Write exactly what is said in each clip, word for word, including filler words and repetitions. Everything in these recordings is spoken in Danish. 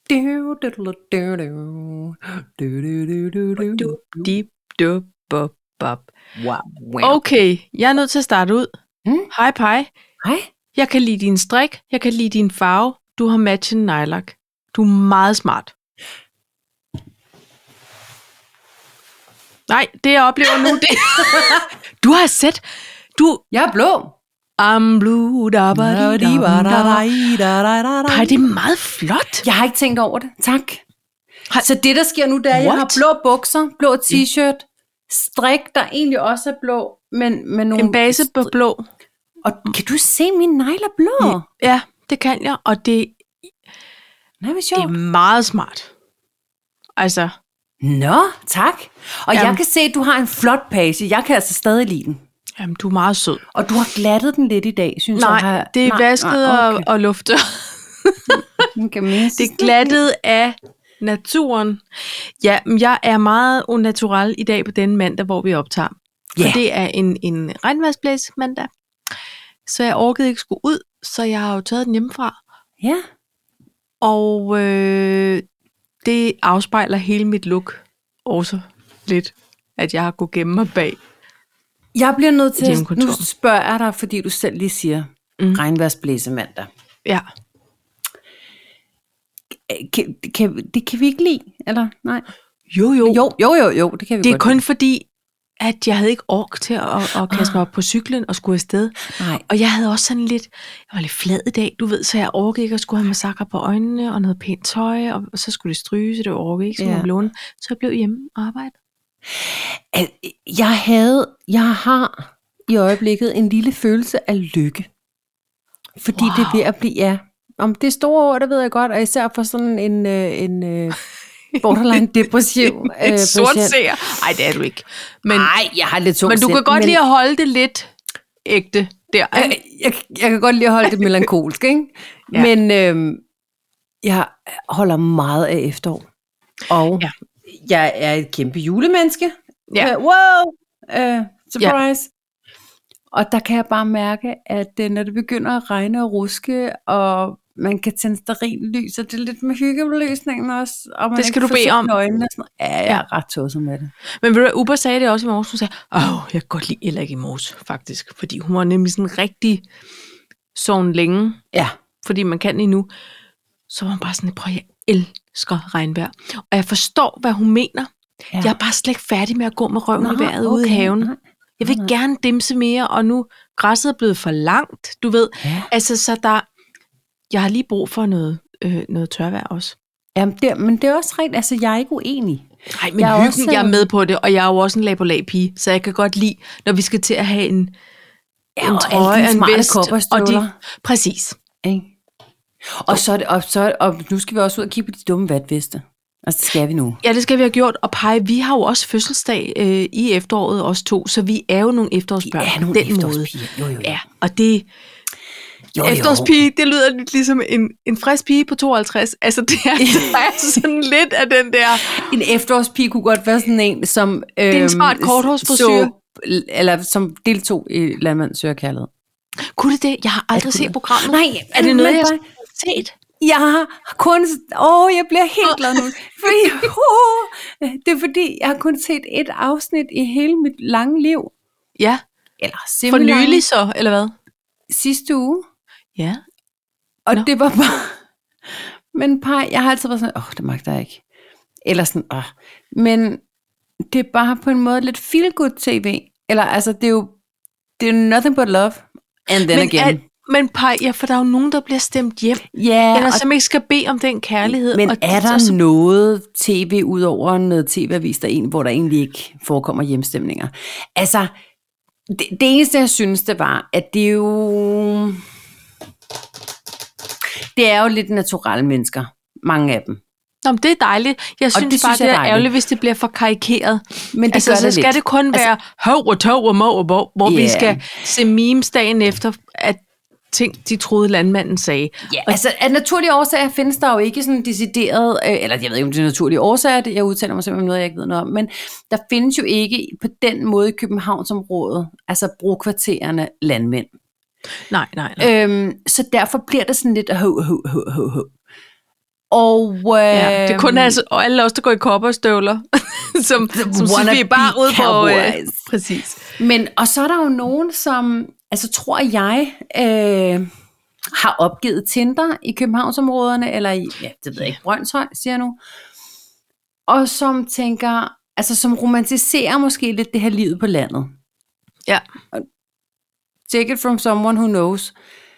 Du, du, du, du, du. Du, du, du, du, du, Du, du. dip, du, bop, bop. Wow, wow. Okay, jeg er nødt til at starte ud. Hmm? Hej, Paj. Hej. Jeg kan lide din strik. Jeg kan lide din farve. Du har matchende nejlak. Du er meget smart. Nej, det jeg oplever nu, det du har set. Du, Jeg er blå. I'm blue, da ba di da Paj, det er meget flot. Jeg har ikke tænkt over det. Tak. Har- Så det, der sker nu, det er, at jeg What? har blå bukser, blå t-shirt, strik, der egentlig også er blå, men med nogle... En base på blå. Og kan du se, mine negler blå? Ja, det kan jeg, og det, Nej, hvor det sjovt. er meget smart. Altså, Nå, tak. Og Jamen. jeg kan se, at du har en flot page. Jeg kan altså stadig lide den. jamen, du er meget sød. Og du har glattet den lidt i dag, synes Nej, jeg. Har... det er nej, vasket nej, og, og luftet. Okay, det Det er glattet af naturen. Ja, men jeg er meget unnatural i dag på denne mandag, hvor vi optager. For Ja. det er en, en regnværsblæs mandag. Så jeg orkede ikke skulle ud, så jeg har jo taget den hjemmefra. Ja. Og øh, det afspejler hele mit look også lidt, at jeg har kunnet gemme mig bag. Jeg bliver nødt til at... Hjemmekontor. Nu spørger jeg dig, fordi du selv lige siger, Mm. mm. regnværsblæse mandag. Ja, Kan, kan, det kan vi ikke lide, eller? Nej. jo jo. Jo, jo, jo, jo det kan vi Det er godt kun lide. fordi, at jeg havde ikke ork til at, at kaste mig op på cyklen og skulle afsted. Nej. Og jeg havde også sådan lidt, jeg var lidt flad i dag, du ved, så jeg orkede ikke at skulle have massakre på øjnene og noget pænt tøj, og så skulle det stryge, så det orkede ikke, så Ja. ja. låne. Så jeg blev hjemme og arbejde. At Jeg havde, jeg har i øjeblikket en lille følelse af lykke. Fordi Wow. det er ved at blive, ja. Om det er store ord, det ved jeg godt, og især for sådan en, øh, en øh, borderline depressiv øh, Et sort patient. seer. Nej, det er du ikke. Men, Nej, jeg har lidt tungt men du kan sind, godt men lide at holde det lidt ægte der. jeg, Ikke? jeg, jeg kan godt lide at holde det melankolsk, ikke? Ja. Men øh, jeg holder meget af efterår. Og Ja. jeg er et kæmpe julemenneske. Ja. Uh, wow! Uh, surprise! Ja. Og der kan jeg bare mærke, at uh, når det begynder at regne og ruske, og man kan tænde stearinlys, og det er lidt med hyggebeløsningen også, og man Det skal ikke du får bede sol om. i øjnene, og sådan, ja, jeg er ret tosset med det. Men ved du, Uber sagde det også i morges. Hun sagde, åh, jeg kan godt lide Ella i morges, faktisk. Fordi hun var nemlig sådan rigtig sovn længe, Ja. fordi man kan endnu. Så var hun bare sådan, prøv, jeg elsker regnvejr. Og jeg forstår, hvad hun mener. Ja. Jeg er bare slet ikke færdig med at gå med røven Nå, i vejret okay. ude i haven. Nej. Jeg vil Nej. gerne dimse mere, og nu græsset er blevet for langt, du ved. Ja. Altså, så der, jeg har lige brug for noget, øh, noget tørvejr også. Jamen, det, men det er også rigtigt, altså jeg er ikke uenig. Nej, men Jeg er hyggen, også- jeg er med på det, og jeg er jo også en lag på lag pige, så jeg kan godt lide, når vi skal til at have en, Ja, en og trøje alle de og en smarte vest. Og cowboystøvler. de, præcis. Ikke? Og, så er det, og, så, og nu skal vi også ud og kigge på de dumme vatveste. Altså, det skal vi nu. Ja, det skal vi have gjort. Og Paj, vi har jo også fødselsdag øh, i efteråret, os to, så vi er jo nogle efterårsbørn. Vi er på nogle den måde. efterårspiger. Jo, jo, jo. Ja, og det... Jo, jo. Efterårspige, det lyder lidt ligesom en, en frisk pige på tooghalvtreds. Altså, det er, der er sådan lidt af den der... En efterårspige kunne godt være sådan en, som... Øhm, er en smart korthårsfrisyre. så- Eller som deltog i Landmand søger kærlighed. Kunne det det? Jeg har aldrig kunne set det. programmet. Nej, er det noget, men jeg bare- har set? Jeg har kun... Åh, jeg bliver helt glad nu. Fordi, åh, det er fordi, jeg har kun set et afsnit i hele mit lange liv. Ja, Eller for semi-lange. nylig så, eller hvad? Sidste uge. Ja. Og Nå. det var bare... Men Paj, jeg har altid været sådan, åh, det magter jeg ikke. Eller sådan, åh. Men det er bare på en måde lidt feel-good tv. Eller altså, det er jo, det er jo nothing but love. And then Men, again. er, men Paj, ja, for der er jo nogen, der bliver stemt hjem. Ja, Eller og, som ikke skal bede om den kærlighed. men og, er der og så, noget tv ud over noget tv-avis, der en, hvor der egentlig ikke forekommer hjemstemninger? Altså, det, det eneste, jeg synes, det var, at det er jo... Det er jo lidt naturelle mennesker. Mange af dem. Nå, men det er dejligt. Jeg synes, det bare, synes jeg det er er dejligt. ærgerligt, hvis det bliver for karikeret. Men det altså, gør så det skal lidt. det kun Altså- være hov og tov og mov og hvor, hvor Ja. vi skal se memes dagen efter, at ting, de troede landmanden sagde. Ja, altså af naturlige årsager findes der jo ikke sådan decideret, øh, eller jeg ved ikke om det er naturlige årsager, det, jeg udtaler mig simpelthen om noget, jeg ikke ved noget om, men der findes jo ikke på den måde i Københavnsområdet, altså brokvartererne landmænd. Nej, nej, nej. Øhm, så derfor bliver det sådan lidt ho, ho, ho, ho, ho. Og øh, Ja, det er kun altså, og alle os, der går i cowboystøvler, som, som Sofie bare ud på. Øh, præcis. Men, og så er der jo nogen, som, altså tror jeg, øh, har opgivet Tinder i Københavnsområderne, eller i, ja, det ved jeg ikke, Brønshøj, siger jeg nu, og som tænker, altså som romantiserer måske lidt det her livet på landet. Ja. Take it from someone who knows.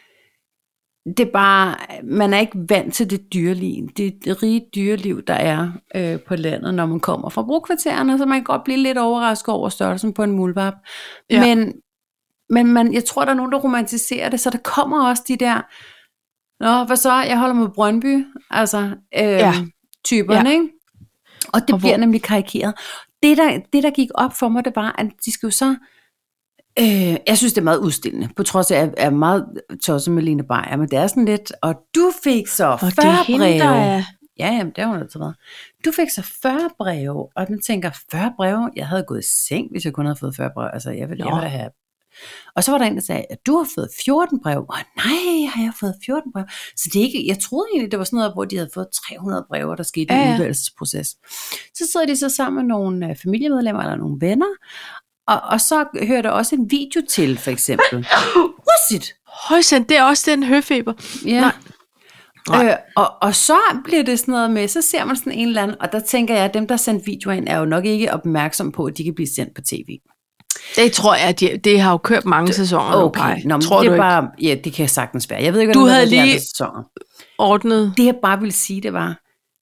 Det er bare, man er ikke vant til det dyreliv, det rige dyreliv, der er øh, på landet, når man kommer fra brokvartererne, så man kan godt blive lidt overrasket over størrelsen på en muldvarp. Ja. Men, men man, jeg tror, der er nogen, der romantiserer det, så der kommer også de der, nå, hvad så, jeg holder med Brøndby, altså øh, ja. typerne, ja. Ikke? Og det og bliver hvor... nemlig karikeret. Det der, det, der gik op for mig, det var, at de skal jo så, Øh, jeg synes, det er meget udstillende, på trods af, at jeg er meget tosset med Line Beyer, men det er sådan lidt, og du fik så og fyrre breve. Er... Ja, jamen, det har hun altid været. Du fik så fyrre breve, og man tænker, fyrre breve? Jeg havde gået i seng, hvis jeg kun havde fået fyrre breve. Altså, jeg ville, jeg ville have... Og så var der en, der sagde, at du har fået fjorten breve. Åh nej, har jeg fået fjorten breve? Så det er ikke, jeg troede egentlig, det var sådan noget, hvor de havde fået tre hundrede breve, der skete i en udvalgelsesproces. Så sidder de så sammen med nogle familiemedlemmer eller nogle venner, Og, og så hører der også en video til, for eksempel. Rusigt. Højsend, det er også den høfeber. Ja. Nej. Nej. Øh, og, og så bliver det sådan noget med, så ser man sådan en eller anden, og der tænker jeg, at dem, der sendt videoer ind, er jo nok ikke opmærksom på, at de kan blive sendt på tv. Det tror jeg, de, det har jo kørt mange sæsoner. Okay, Nå, tror det er bare, ja, det kan sagtens være. Jeg ved ikke, hvad du havde lige ordnet. Det jeg bare ville sige, det var,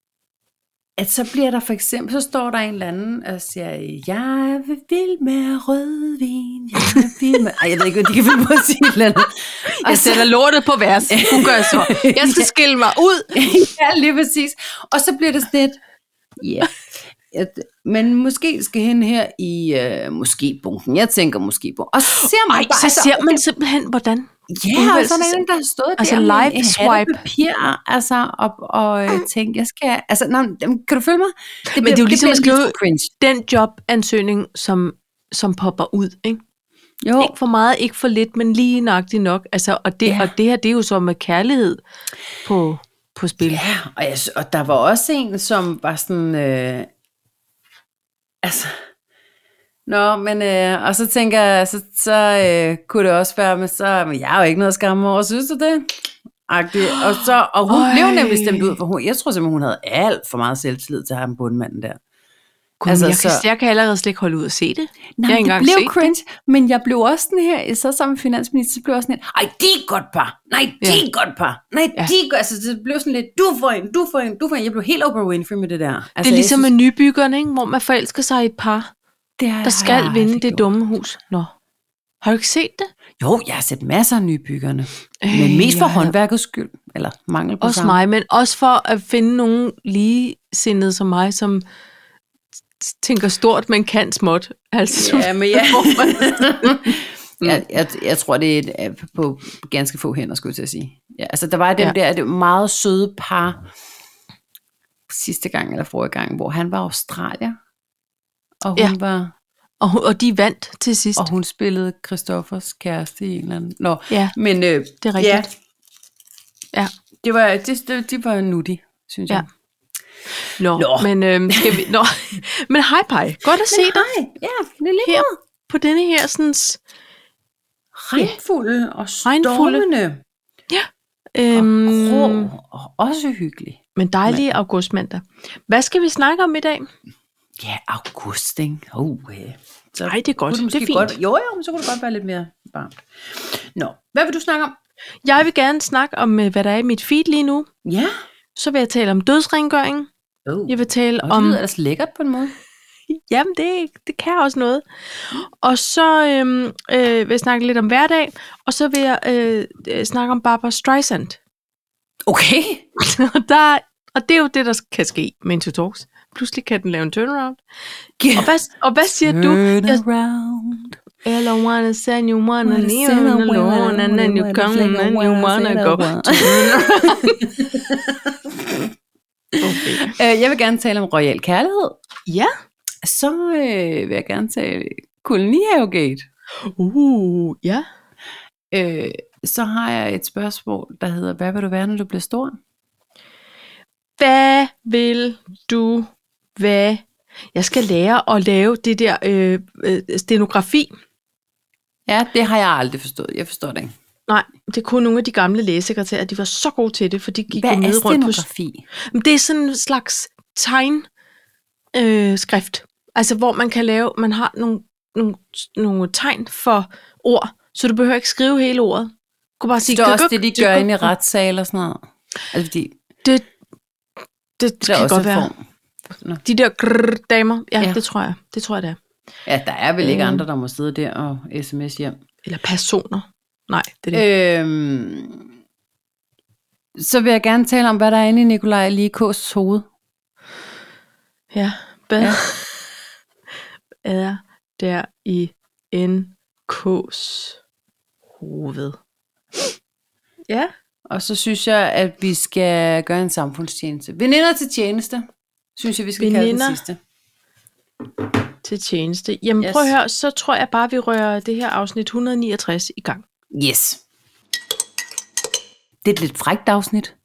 at så bliver der for eksempel, så står der en eller anden og siger, jeg vil vild med rødvin, jeg vil vild med... Ej, jeg ved ikke, hvad de kan finde på at sige et eller andet. Og jeg sætter lortet på vers, du gør så. Jeg skal skille mig ud. Ja, lige præcis. Og så bliver det sådan lidt, ja, yeah. Men måske skal hen her i uh, måske-bunken. Jeg tænker måske-bunken. Og så ser man Ej, bare... så ser man simpelthen, hvordan... Ja, og så er der en, der har stået altså der live med en swipe. papir, altså, og, og øh, tænkt, jeg skal... Altså, nå, kan du følge mig? Det Men bliver, det er jo ligesom at skrive den jobansøgning, som, som popper ud, ikke? Jo. Ikke for meget, ikke for lidt, men lige nøjagtigt nok. Altså, og, det, ja. og det her, det er jo så med kærlighed på, på spil. Ja, og, jeg, og der var også en, som var sådan... Øh, altså... Nå, men øh, og så tænker jeg, så, så øh, kunne det også være med, så men jeg har jo ikke noget at skamme over, synes du det? Agtigt. Og, så, og hun Øj. blev nemlig stemt ud, for hun, jeg tror simpelthen, hun havde alt for meget selvtillid til ham, bundmanden der. God, altså, jeg, kan, så, jeg kan allerede slet ikke holde ud at se det. Nej, jeg det blev cringe, det. Men jeg blev også sådan her, så sammen med finansminister, så blev jeg også sådan her, ej, de er godt par, nej, de ja. er godt par, nej, ja. de er godt, altså det blev sådan lidt, du får en, du får en, du får en, jeg blev helt Oprah Winfrey med det der. Altså, det er ligesom synes, med nybyggerne, ikke? Hvor man forelsker sig i et par. Det er, der skal ja, vinde det, det dumme hus. Nå. Har du ikke set det? Jo, jeg har set masser af nybyggerne. Øh, men mest for ja, håndværkets skyld. Eller mangel på også sammen. mig, men også for at finde nogen ligesindede som mig, som tænker stort, men kan småt. Altså, ja, men ja. jeg, jeg, jeg tror, det er et, på ganske få hænder, skulle jeg til at sige. Ja, altså, der var dem ja. der det meget søde par sidste gang, eller forrige gang, hvor han var australier. Og hun ja. var... Og, og de vandt til sidst. Og hun spillede Christoffers kæreste i en eller anden... Nå, ja, men, øh, det er rigtigt. Ja, ja. Det var, det, det, de var nuttige, synes ja. jeg. Nå, Nå. men... Øh, skal vi, nå. Men hej, Paj. Godt at se dig. Ja, det er lige her på denne her sådan... Regnfulde og stormende. Ja. Øhm, og grå, og også hyggelig. Men dejlig men. augustmandag. Hvad skal vi snakke om i dag? Ja, august, ikke? Oh, yeah. Så nej, det er godt. Det, det er fint. Godt, jo, jo, men så kunne det godt være lidt mere varmt. Nå, hvad vil du snakke om? Jeg vil gerne snakke om, hvad der er i mit feed lige nu. Ja. Så vil jeg tale om dødsrengøring. Oh. Jeg vil tale og om... det lyder ellers lækkert på en måde. Jamen, det, det kan også noget. Og så øhm, øh, vil jeg snakke lidt om hverdag, og så vil jeg øh, øh, snakke om Barbra Streisand. Okay. og, der, og det er jo det, der kan ske med Into Talks. Pludselig kan den lave en turnaround. Yeah. Og, hvad, og hvad siger Turn du? Around. I don't wanna send you wanna leave alone, and then you come and then you wanna go. Okay. Uh, jeg vil gerne tale om royal kærlighed. Ja. Så øh, vil jeg gerne tale kolonihavegate. Uh, ja. Uh, så har jeg et spørgsmål, der hedder, hvad vil du være, når du bliver stor? Hvad vil du, hvad? Jeg skal lære at lave det der øh, øh, stenografi. Ja, det har jeg aldrig forstået. Jeg forstår det ikke. Nej, det kunne nogle af de gamle lægesekretærer, de var så gode til det, for de gik Hvad jo med er rundt på... stenografi? Det er sådan en slags tegnskrift, øh, altså hvor man kan lave, man har nogle, nogle, nogle tegn for ord, så du behøver ikke skrive hele ordet. Du kan bare sige... Det er også det, de gør inde i retssal og sådan noget. Altså fordi... Det, det, det kan godt være. Form. De der grrr, damer, ja, ja, det tror jeg. Det tror jeg, det er. Ja, der er vel ikke øh. andre, der må sidde der og sms hjem. Eller personer. Nej, det er det. Øhm, så vil jeg gerne tale om, hvad der er inde i Nikolaj Likås hoved. Ja, hvad ja. er der i N K's hoved? Ja. Og så synes jeg, at vi skal gøre en samfundstjeneste. Veninder til tjeneste, synes jeg, vi skal Veninder kalde det sidste. Til tjeneste. Jamen yes. Prøv at høre, så tror jeg bare, vi rører det her afsnit et hundrede niogtres i gang. Yes. Det er et lidt frækt afsnit.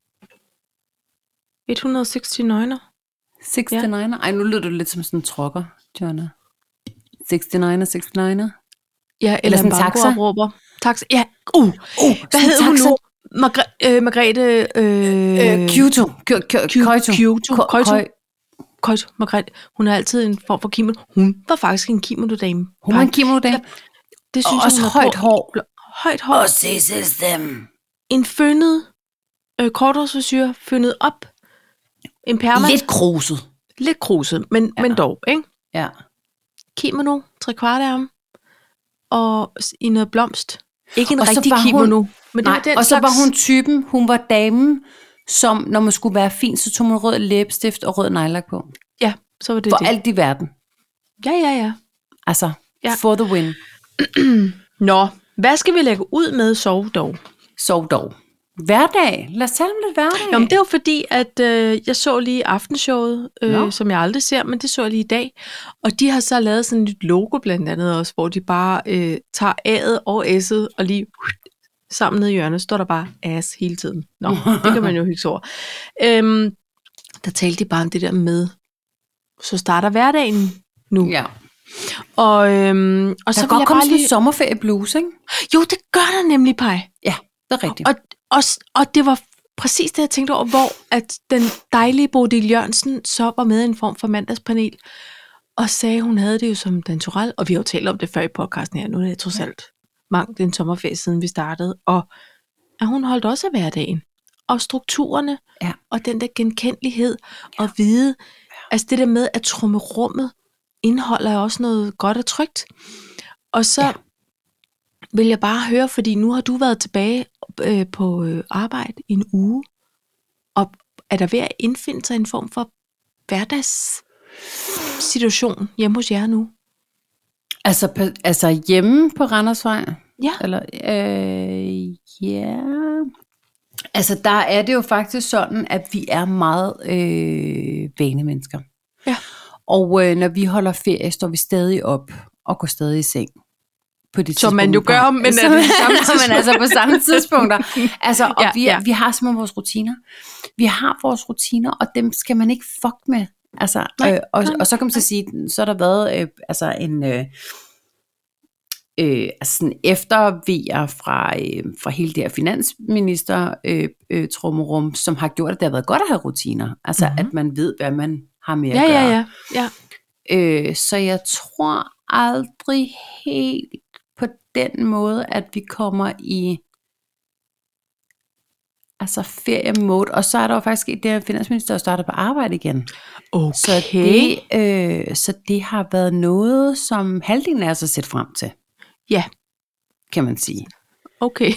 et hundrede seksogtres. seksogtres? Ja. Ej, nu lyder du lidt som sådan en trokker, Jonna. seksogtres, seksogtres. Ja, eller, eller sådan en taxa. Taxa. Ja, uh. uh Hvad hedder hun nu? Margre- øh, Margrethe... Øh... Øh, Kyoto. Kyoto. Kyoto. Kyoto. Margrethe. Hun er altid en form for kimono. Hun var faktisk en kimono-dame. Hun var en kimono-dame. Det synes og også hun højt hår. Højt hår. Og ses dem. En fønnet øh, korthårsfrisyre, fønnet op. En perma. Lidt kruset. Lidt kruset, men, ja. men dog, ikke? Ja. Kimono, tre kvart ærm. Og i noget blomst. Ikke en og rigtig kimono. Hun, men nej, den og så slags... var hun typen, hun var damen, som når man skulle være fin, så tog man rød læbestift og rød nejlak på. Ja, så var det for det. For alt i verden. Ja, ja, ja. Altså, ja. For the win. Nå, hvad skal vi lægge ud med sov dog? Sov dog. Hverdag. Lad os tale om lidt hverdag. Jamen, det var fordi, at øh, jeg så lige aftenshowet, øh, som jeg aldrig ser, men det så jeg lige i dag. Og de har så lavet sådan et nyt logo blandt andet også, hvor de bare øh, tager A'et og S'et og lige sammen nede i hjørnet, står der bare ass hele tiden. Nå, det kan man jo hygge over. Øhm, der talte de bare om det der med, så starter hverdagen nu. Ja. Og, øhm, og der så kan godt jeg komme bare lige... lige... sommerferie blues, ikke? Jo, det gør der nemlig, Paj. Ja, det er rigtigt. Og, og, og det var præcis det, jeg tænkte over, hvor at den dejlige Bodil Jørgensen så var med i en form for mandagspanel, og sagde, hun havde det jo som Dan Turell, og vi har jo talt om det før i podcasten her, nu er det trods alt mangt en sommerferie, siden vi startede, og at hun holdt også af hverdagen, og strukturerne, ja. Og den der genkendelighed, ja. Og vide, ja. Altså det der med, at trummerummet indeholder også noget godt og trygt, og så ja. Vil jeg bare høre, fordi nu har du været tilbage øh, på øh, arbejde i en uge, og er der ved at indfinde sig en form for hverdagssituation hjemme hos jer nu? Altså, på, altså hjemme på Randersvej? Ja. Eller, øh, ja. Altså, der er det jo faktisk sådan, at vi er meget øh, vanemennesker. Ja. Og øh, når vi holder ferie, står vi stadig op og går stadig i seng. På de som man jo gør, men så, er det samme men altså på samme tidspunkter. Altså, og ja, vi, ja. vi har simpelthen vores rutiner. Vi har vores rutiner, og dem skal man ikke fuck med. Altså, nej, øh, og, nej, og så kan man så sige, så har der været øh, altså en øh, øh, altså sådan eftervejer fra, øh, fra hele det her finansminister øh, øh, trummerum, som har gjort, at det har været godt at have rutiner. Altså, mm-hmm. at man ved, hvad man har med ja, at gøre. Ja, ja, ja. Øh, så jeg tror aldrig helt på den måde, at vi kommer i altså feriemode, og så er der jo faktisk det her finansminister, der starter på arbejde igen. Okay. Så det, øh, så det har været noget, som halvdelen af os har set frem til. Ja. Kan man sige. Okay.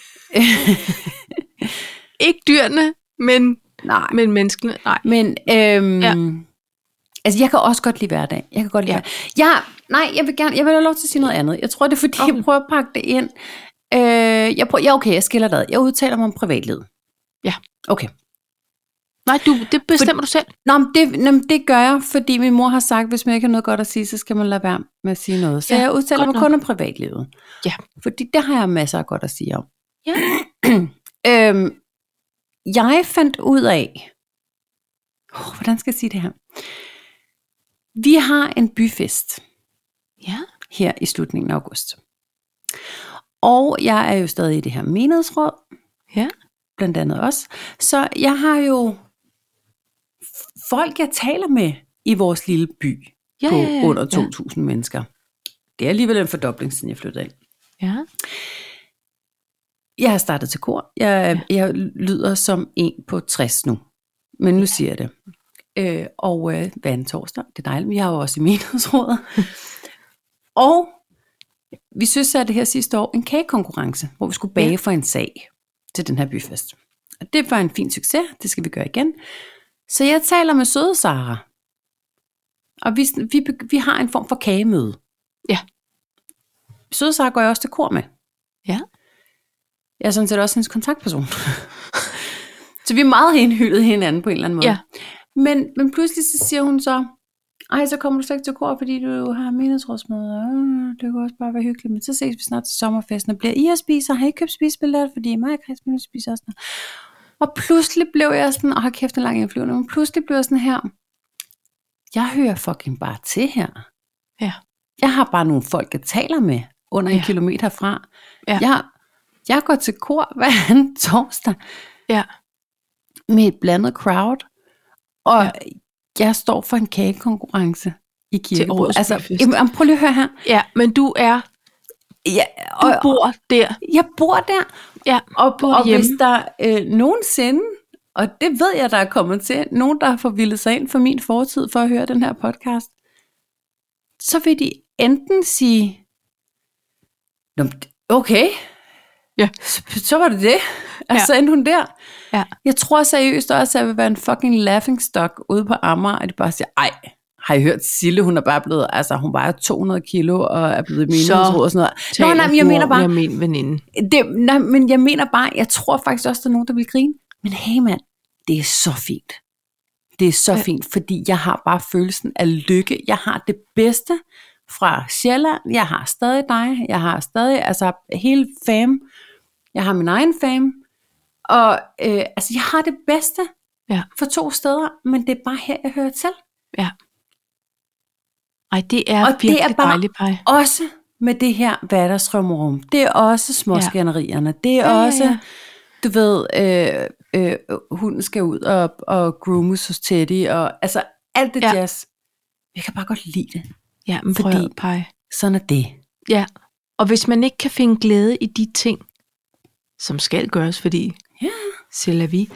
Ikke dyrene, men, nej. men menneskene. Nej. Men øhm, ja. Altså, jeg kan også godt lide hverdag. Jeg kan godt lide ja. Ja, nej, jeg vil gerne, jeg vil have lov til at sige noget andet. Jeg tror, det er fordi, okay. jeg prøver at pakke det ind. Øh, jeg prøver, ja, okay, jeg skiller det. Jeg udtaler mig om privatlivet. Ja. Okay. Nej, du, det bestemmer For, du selv. Nå, men det, nå, det gør jeg, fordi min mor har sagt, hvis man ikke har noget godt at sige, så skal man lade være med at sige noget. Så ja, jeg udtaler mig nok. kun om privatlivet. Ja. Fordi der har jeg masser af godt at sige om. Ja. øhm, jeg fandt ud af, Oh, hvordan skal jeg sige det her? Vi har en byfest. Ja. Her i slutningen af august. Og jeg er jo stadig i det her menighedsråd. Ja. Blandt andet også. Så jeg har jo folk, jeg taler med i vores lille by. Ja, på ja, ja, under to tusind ja. mennesker. Det er alligevel en fordobling, siden jeg flyttede ind. Ja. Jeg har startet til kor. Jeg, ja. jeg lyder som en på tres nu. Men nu ja. siger jeg det. Øh, og øh, hver anden torsdag, det er dejligt. Vi har jo også i menighedsrådet. Og vi synes, at det her sidste år en kagekonkurrence, hvor vi skulle bage ja. for en sag til den her byfest. Og det var en fin succes. Det skal vi gøre igen. Så jeg taler med søde Sara. Og vi, vi, vi har en form for kagemøde. Ja. Søde Sara går jeg også til kor med. Ja. Jeg er sådan set også hendes kontaktperson. Så vi er meget henhyldet hinanden på en eller anden måde. Ja. Men, men pludselig så siger hun så, ej, så kommer du slet ikke til kor, fordi du har menighedsrådsmøde. Øh, det kan også bare være hyggeligt. Men så ses vi snart til sommerfesten. Og bliver I at spise? Har I købt spisebilletter? Fordi mig og Christian spiser også noget. Og pludselig blev jeg sådan, og har kæft en lang indflyvende, men pludselig blev jeg sådan her, jeg hører fucking bare til her. Ja. Jeg har bare nogle folk, jeg taler med under en ja. kilometer herfra. Ja. Jeg, jeg går til kor hver anden torsdag. Ja. Med et blandet crowd. Og ja. jeg står for en kagekonkurrence i Kirkeborg. Altså, jamen, prøv lige at høre her. Ja, men du er, ja, og, du bor der. Jeg bor der. Ja, og, og hvis der øh, nogensinde, og det ved jeg, der er kommet til, nogen, der har forvildet sig ind for min fortid for at høre den her podcast, så vil de enten sige, okay, ja. så, så var det det. Altså, ja. så endte hun der. Ja. Jeg tror seriøst også, at jeg vil være en fucking laughingstock ude på Amager, og de bare siger, ej, har I hørt Sille, hun er bare blevet, altså hun vejer to hundrede kilo, og er blevet i menighedsråd og sådan noget. Nå, nej, men jeg mener bare, jeg min veninde. Det, nej, men jeg mener bare, jeg tror faktisk også, der er nogen, der vil grine. Men hey mand, det er så fint. Det er så ja. fint, fordi jeg har bare følelsen af lykke. Jeg har det bedste fra Sjælland. Jeg har stadig dig. Jeg har stadig, altså hele fam. Jeg har min egen fam. Og øh, altså, jeg har det bedste ja. for to steder, men det er bare her, jeg hører til. Ja. Ej, det er og virkelig det er bare dejligt, Paj. Også med det her hverdagsrumrum. Det er også småskænderierne. Det er ja, også, ja, ja. du ved, øh, øh, hunden skal ud og, og groomes hos Teddy, og altså alt det ja. jazz. Jeg kan bare godt lide det. Ja, men prøv at Paj. Sådan er det. Ja, og hvis man ikke kan finde glæde i de ting, som skal gøres, fordi ja. c'est la vie,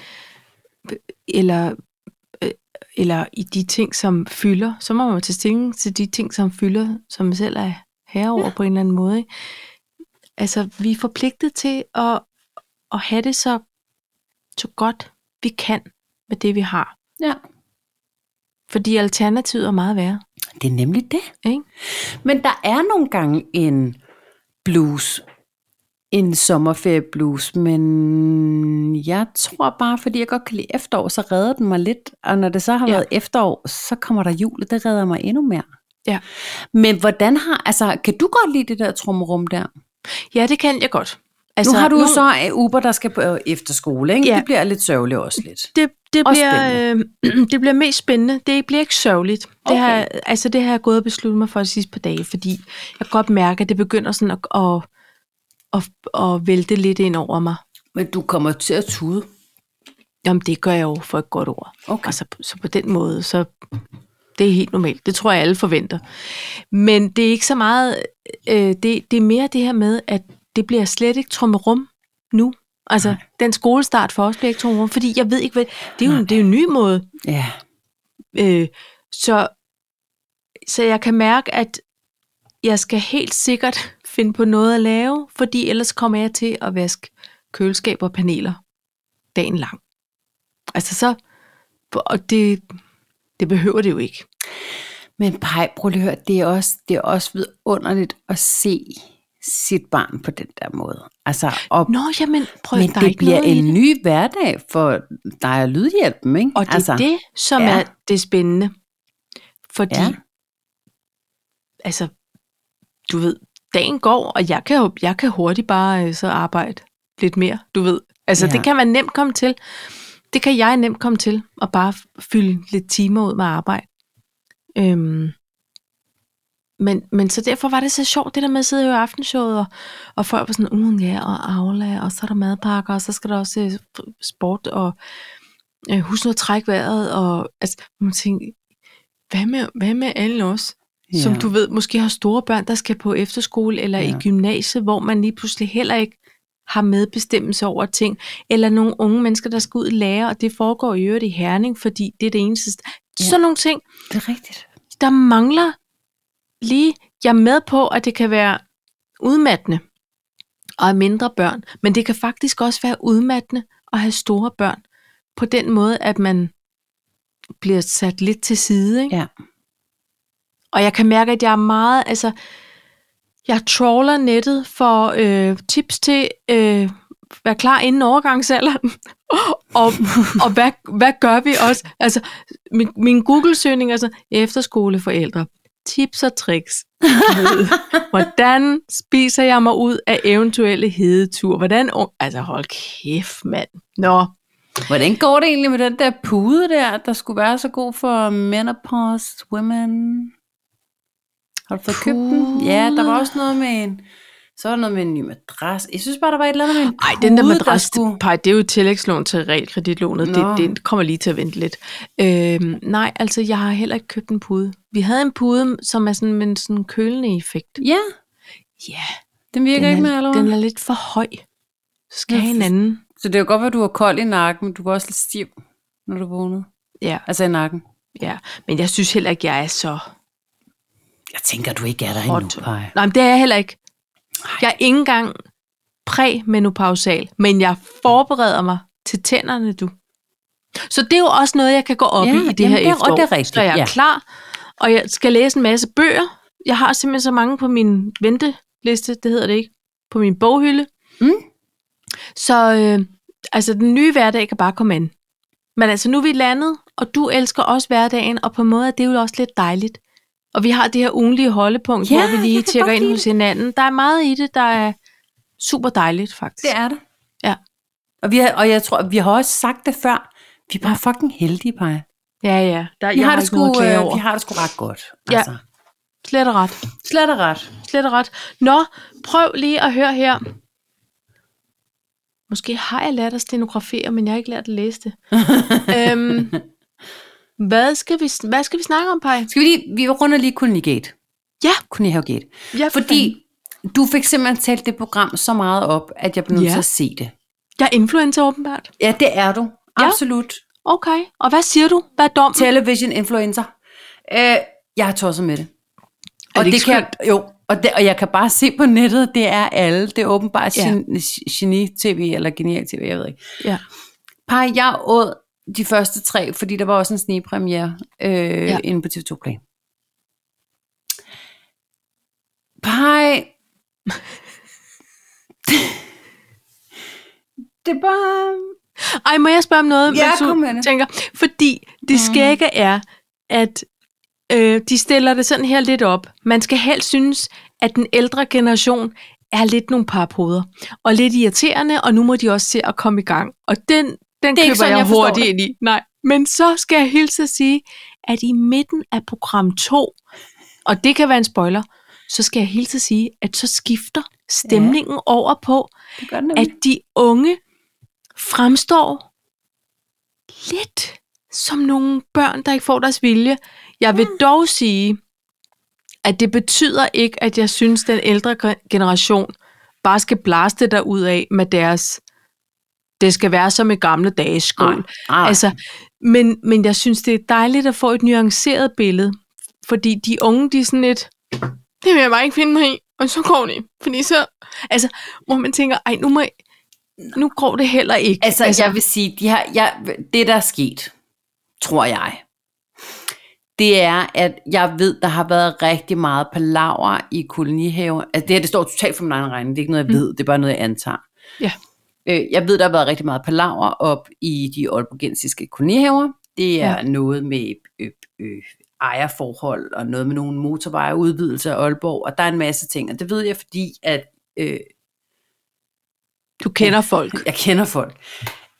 eller, eller i de ting, som fylder, så må man tage stilling til de ting, som fylder, som man selv er herover ja. på en eller anden måde. Ikke? Altså, vi er forpligtet til at, at have det så, så godt, vi kan med det, vi har. Ja. Fordi alternativet er meget værre. Det er nemlig det. Ikke? Men der er nogle gange en blues, en sommerferieblues, men jeg tror bare, fordi jeg godt kan lide efterår, så redder den mig lidt. Og når det så har ja. været efterår, så kommer der jul, og det redder mig endnu mere. Ja. Men hvordan har, altså, kan du godt lide det der trommerum der? Ja, det kan jeg godt. Altså, nu har du nu... så Uber, der skal på efterskole, ikke? Ja. Det bliver lidt sørgeligt også lidt. Det, det, bliver, øh, det bliver mest spændende. Det bliver ikke sørgeligt. Det, okay. har, altså, det har jeg gået og besluttet mig for de sidste par dage, fordi jeg kan godt mærke, at det begynder sådan at, at, at, at vælte lidt ind over mig. Men du kommer til at tude? Jamen, det gør jeg jo for et godt ord. Okay. Altså, så på den måde, så det er helt normalt. Det tror jeg, alle forventer. Men det er ikke så meget, øh, det, det er mere det her med, at det bliver slet ikke trommerum nu. Altså, nej. Den skolestart for os bliver ikke trommerum, fordi jeg ved ikke, hvad, det er jo, det er jo en ny måde. Ja. Øh, så, så jeg kan mærke, at jeg skal helt sikkert finde på noget at lave, fordi ellers kommer jeg til at vaske køleskab og paneler dagen lang. Altså så, og det, det behøver det jo ikke. Men Paj, prøv lige at høre, det er også, det er også vidunderligt at se sit barn på den der måde. Altså, og, Nå, jamen, prøv, men det bliver en ny hverdag for dig og Lydhjælpen, ikke? Og det altså, er det, som ja. er det spændende. Fordi, ja. altså, du ved, dagen går, og jeg kan, jeg kan hurtigt bare så arbejde lidt mere, du ved. Altså, ja. det kan man nemt komme til. det kan jeg nemt komme til, at bare fylde lidt timer ud med arbejde. Øhm, men, men så derfor var det så sjovt, det der med at sidde i aftenshowet, og, og folk var sådan, uh, ja, og Aula, og så er der madpakker, og så skal der også uh, sport, og uh, husk nu at trække vejret, og altså, man tænker, hvad med, hvad med alle os, ja. Som du ved, måske har store børn, der skal på efterskole, eller ja. I gymnasiet, hvor man lige pludselig heller ikke har medbestemmelse over ting, eller nogle unge mennesker, der skal ud og lære, og det foregår i øvrigt i Herning, fordi det er det eneste. Ja. Sådan nogle ting. Det er rigtigt. Der mangler lige, jeg er med på, at det kan være udmattende at have mindre børn, men det kan faktisk også være udmattende at have store børn, på den måde, at man bliver sat lidt til side, ikke? Ja. Og jeg kan mærke, at jeg er meget, altså, jeg trawler nettet for øh, tips til øh, være klar inden overgangsalderen. og og hvad, hvad gør vi også? Altså, min, min Google-søgning er så efterskoleforældre. Tips og tricks. Hvordan spiser jeg mig ud af eventuelle hedetur? Hvordan, altså hold kæft, mand. Nå. Hvordan går det egentlig med den der pude der, der skulle være så god for menopause women? Har du fået købt den? Ja, der var også noget med en, så var der noget med en ny madras. Jeg synes bare, der var et eller andet med en pude, Ej, den der madras, der skulle... det er jo et tillægslån til realkreditlånet. Det, det kommer lige til at vente lidt. Øhm, nej, altså, jeg har heller ikke købt en pude. Vi havde en pude, som er sådan med en sådan kølende effekt. Ja. Ja. Den virker den ikke er, med, eller hvad? Den er lidt for høj. Så skal jeg have en anden. Så det er jo godt, at du var kold i nakken, men du var også lidt stiv, når du vågnede. Ja. Altså i nakken. Ja, men jeg synes heller ikke, jeg er så... Jeg tænker, du ikke er der endnu, Paj. Nej, men det er jeg heller ikke. Jeg er ikke engang præmenopausal, men jeg forbereder mig til tænderne, du. Så det er jo også noget, jeg kan gå op ja, i i det jamen, her efterår. Og det er rigtigt. Så jeg er ja. klar, og jeg skal læse en masse bøger. Jeg har simpelthen så mange på min venteliste, det hedder det ikke, på min boghylde. Mm. Så øh, altså, den nye hverdag kan bare komme an. Men altså, nu er vi landet, og du elsker også hverdagen, og på en måde er det jo også lidt dejligt. Og vi har det her ugenlige holdepunkt, ja, hvor vi lige tjekker ind hos hinanden. Der er meget i det, der er super dejligt, faktisk. Det er det. Ja. Og, vi har, og jeg tror, vi har også sagt det før. Vi er bare fucking heldige, Paj. Ja, ja. Der, vi, har det sgu, øh, vi har det sgu ret godt. Altså. Ja, slet og ret. Slet og ret. Slet og ret. Nå, prøv lige at høre her. Måske har jeg lært at stenografere, men jeg har ikke lært at læse det. øhm, hvad, skal vi, hvad skal vi snakke om, Paj? Skal vi lige, vi runder lige Kolonigate. Ja. Kolonigate. Ja, for Fordi fanden. Du fik simpelthen talt det program så meget op, at jeg blev nødt ja. til at se det. Jeg er influencer åbenbart. Ja, det er du. Ja. Absolut. Okay, og hvad siger du? Hvad er dommen? Television influencer. Øh, jeg har tosset med det. Er og det, det kan jo, og, det, og jeg kan bare se på nettet, det er alle. Det er åbenbart ja. geni-tv eller genial-tv, jeg ved ikke. Ja. Par, jeg åd de første tre, fordi der var også en snigpremiere øh, ja. inde på T V to Play. Par, det er bare... Ej, må jeg spørge om noget, ja, du tænker? Fordi det skægge er, at øh, de stiller det sådan her lidt op. Man skal helst synes, at den ældre generation er lidt nogle parpoder. Og lidt irriterende, og nu må de også se at komme i gang. Og den, den køber sådan, jeg, jeg hurtigt ind i. Nej. Men så skal jeg hilse at sige, at i midten af program to, og det kan være en spoiler, så skal jeg hilse at sige, at så skifter stemningen ja. over på, at de unge fremstår lidt som nogle børn, der ikke får deres vilje. Jeg vil dog sige, at det betyder ikke, at jeg synes, at den ældre generation bare skal blaste derud af med deres, det skal være som i gamle dages skole. Altså, men, men jeg synes, det er dejligt at få et nuanceret billede, fordi de unge, de er sådan lidt, det vil jeg bare ikke finde mig i, og så går det, fordi så, altså, hvor man tænker, ej, nu må jeg, nu går det heller ikke. Altså, altså jeg vil sige, de har, jeg, det der er sket, tror jeg, det er, at jeg ved, der har været rigtig meget palaver i kolonihaver. Altså, det her, det står totalt for min egen regning. Det er ikke noget, jeg ved. Mm. Det er bare noget, jeg antager. Ja. Øh, jeg ved, der har været rigtig meget palaver op i de aalborgensiske kolonihaver. Det er ja. noget med øh, øh, ejerforhold, og noget med nogle motorveje, udvidelse af Aalborg, og der er en masse ting. Og det ved jeg, fordi at... Øh, du kender folk. Jeg kender folk.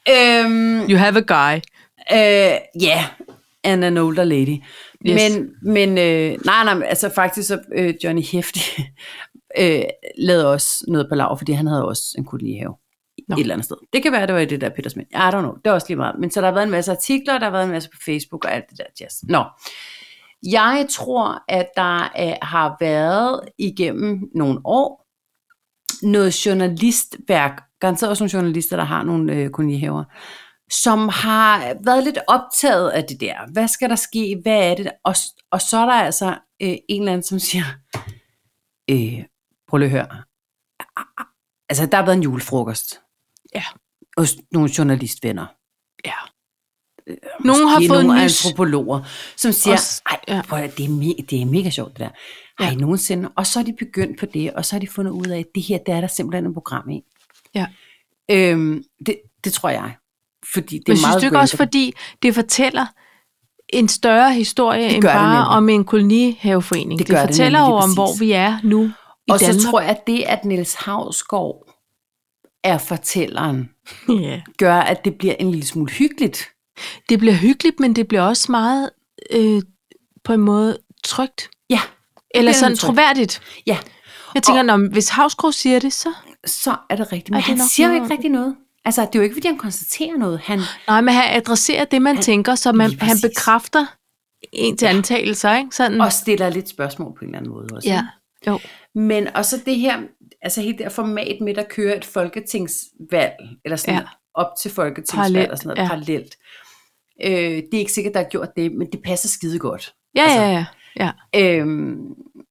Øhm, you have a guy. Ja, uh, yeah, and an older lady. Yes. Men, men øh, nej, nej, altså faktisk så øh, Johnny Hefti øh, lavede også noget på lav, fordi han havde også en kolonihave no. et eller andet sted. Det kan være, det var i det der Peter Smith. I don't know, det var også lige meget. Men så der har været en masse artikler, der har været en masse på Facebook og alt det der jazz. Nå. Jeg tror, at der er, har været igennem nogle år noget journalistværk, garanteret også nogle journalister, der har nogle øh, kolonihaver, som har været lidt optaget af det der. Hvad skal der ske? Hvad er det? Og, og så er der altså øh, en eller anden, som siger, øh, prøv lige at høre. Altså, der har været en julefrokost. Ja. Hos nogle journalistvenner. Ja. Øh, nogle har fået nogle nys. antropologer, som siger, Også, ej, ja. prøv at, det, er me- det er mega sjovt det der. Har Ja. I nogensinde? Og så er de begyndt på det, og så har de fundet ud af, at det her, der er der simpelthen et program i. Ja. Øhm, det, det tror jeg. Fordi det Men er synes meget du ikke også, fordi det fortæller en større historie end bare om en kolonihaveforening? Det, det fortæller det jo om, hvor vi er nu i og Danmark. så tror jeg, at det, at Niels Hausgaard er fortælleren, ja. gør, at det bliver en lille smule hyggeligt. Det bliver hyggeligt, men det bliver også meget øh, på en måde trygt. Ja. Eller sådan troværdigt. Ja. Jeg tænker, når, hvis Hausgaard siger det, så... Så er det rigtigt. Men er det han siger jo noget? ikke rigtig noget. Altså, det er jo ikke, fordi han konstaterer noget. Han, Nej, men han adresserer det, man han, tænker, så man, han bekræfter en til ja. antagelser, ikke? Sådan. Og stiller lidt spørgsmål på en eller anden måde også. Ja, jo. Men også det her, altså helt det her format med at køre et folketingsvalg, eller sådan Ja. op til folketingsvalg, Parallelt, og sådan noget ja. parallelt. Øh, det er ikke sikkert, der har gjort det, men det passer skide godt. Ja, altså, ja, ja. ja. Øhm,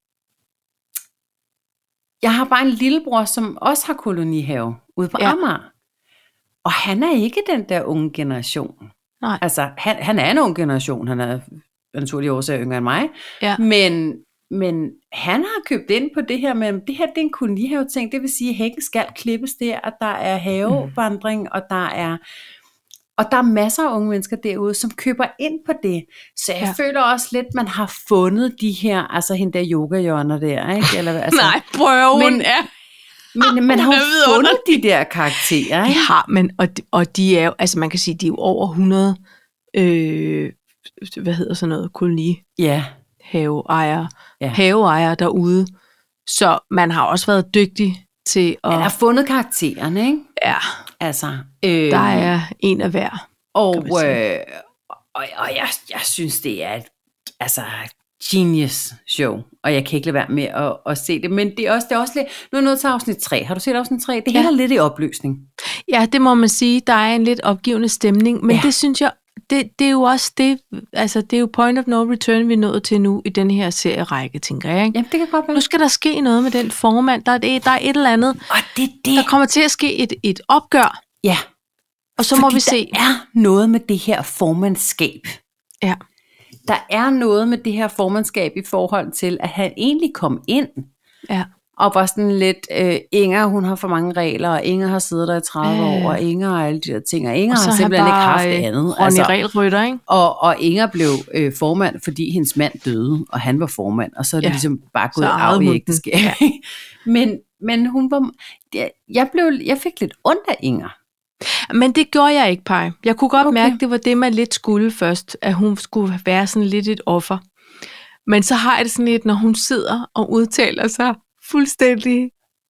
jeg har bare en lillebror, som også har kolonihave ude på Ja. Amager. Og han er ikke den der unge generation. Nej. Altså, han, han er en ung generation. Han er af naturlige årsager yngre end mig. Ja. Men, men han har købt ind på det her med, det her det er en kolonihave-ting. Det vil sige, at hækken skal klippes der, og der er havevandring, mm. og der er... Og der er masser af unge mennesker derude, som køber ind på det. Så jeg ja. føler også lidt, man har fundet de her, altså hende der yoga-hjørner der, ikke? Eller, altså, Nej, prøv men, ja. men man har jo fundet de der karakterer, ikke? De har, men, og, de, og de er jo, altså man kan sige, de er jo over hundrede, øh, hvad hedder sådan noget, koloni. Ja. Haveejere, ja. haveejere derude. Så man har også været dygtig til at... Man har fundet karaktererne, ikke? Ja. Altså, øh, der er en af hver. Og, øh, og, og jeg, jeg synes, det er et altså, genius show, og jeg kan ikke lade være med at, at se det. Men det er også, det er også lidt... Nu er jeg nået til afsnit tre. Har du set afsnit tre? Det ja. hele er lidt i opløsning. Ja, det må man sige. Der er en lidt opgivende stemning, men ja. det synes jeg... Det, det er jo også det, altså det er jo point of no return, vi er nået til nu i den her serierække, tænker jeg. Ikke? Jamen, det kan godt være. Nu skal der ske noget med den formand. Der er, det, der er et eller andet, og det, det. der kommer til at ske et, et opgør. Ja. Og så fordi må vi se. Der er noget med det her formandskab. Ja. Der er noget med det her formandskab i forhold til, at han egentlig kom ind. Ja. Og var sådan lidt, øh, Inger, hun har for mange regler, og Inger har siddet der i tredive øh. år, og Inger og alle de der ting, og Inger og har simpelthen ikke haft det andet. Ronny altså, regelrytter, ikke? Og, og Inger blev øh, formand, fordi hendes mand døde, og han var formand, og så er det ja. ligesom bare gået af i ægteskab. Ja. men, men hun var, jeg, blev, jeg fik lidt ondt af Inger. Men det gjorde jeg ikke, Paj. Jeg kunne godt okay. mærke, det var det, man lidt skulle først, at hun skulle være sådan lidt et offer. Men så har jeg det sådan lidt, når hun sidder og udtaler sig fuldstændig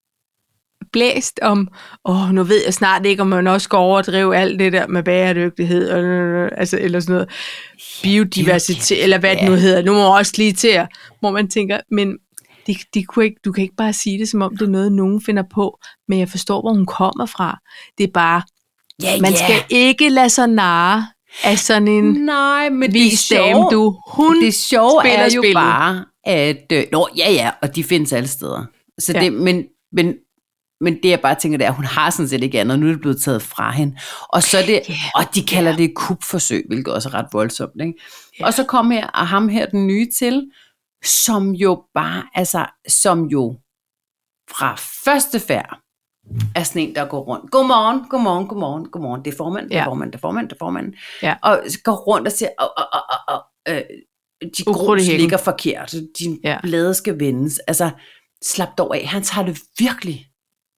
blæst om, åh, nu ved jeg snart ikke, om man også skal overdrive alt det der med bæredygtighed, øh, altså, eller sådan noget, biodiversitet, eller hvad det nu hedder. Nu må jeg også lige til at, hvor man tænker, men de, de kunne ikke, du kan ikke bare sige det, som om det er noget, nogen finder på, men jeg forstår, hvor hun kommer fra. Det er bare, ja, man ja. skal ikke lade sig narre af sådan en Nej, men vis dame, du. Hun det sjove er jo spillet. bare, at, øh, nå, ja, ja, og de findes alle steder. Så ja. det, men, men, men det jeg bare tænker, det er, at hun har sådan set ikke andet, og nu er det blevet taget fra hende. Og så er det, yeah. og de kalder yeah. det et kupforsøg, hvilket også er ret voldsomt, ikke? Yeah. Og så kom her, og ham her, den nye til, som jo bare, altså, som jo fra første færd, er sådan en, der går rundt. Godmorgen, godmorgen, godmorgen, godmorgen. Det er formand, det er formand, det er formand, det er formand. Ja. Og går rundt og siger, og, og, og, og, øh, de grus ligger forkert, de ja. blade skal vendes. Altså, slap dog af. Han tager det virkelig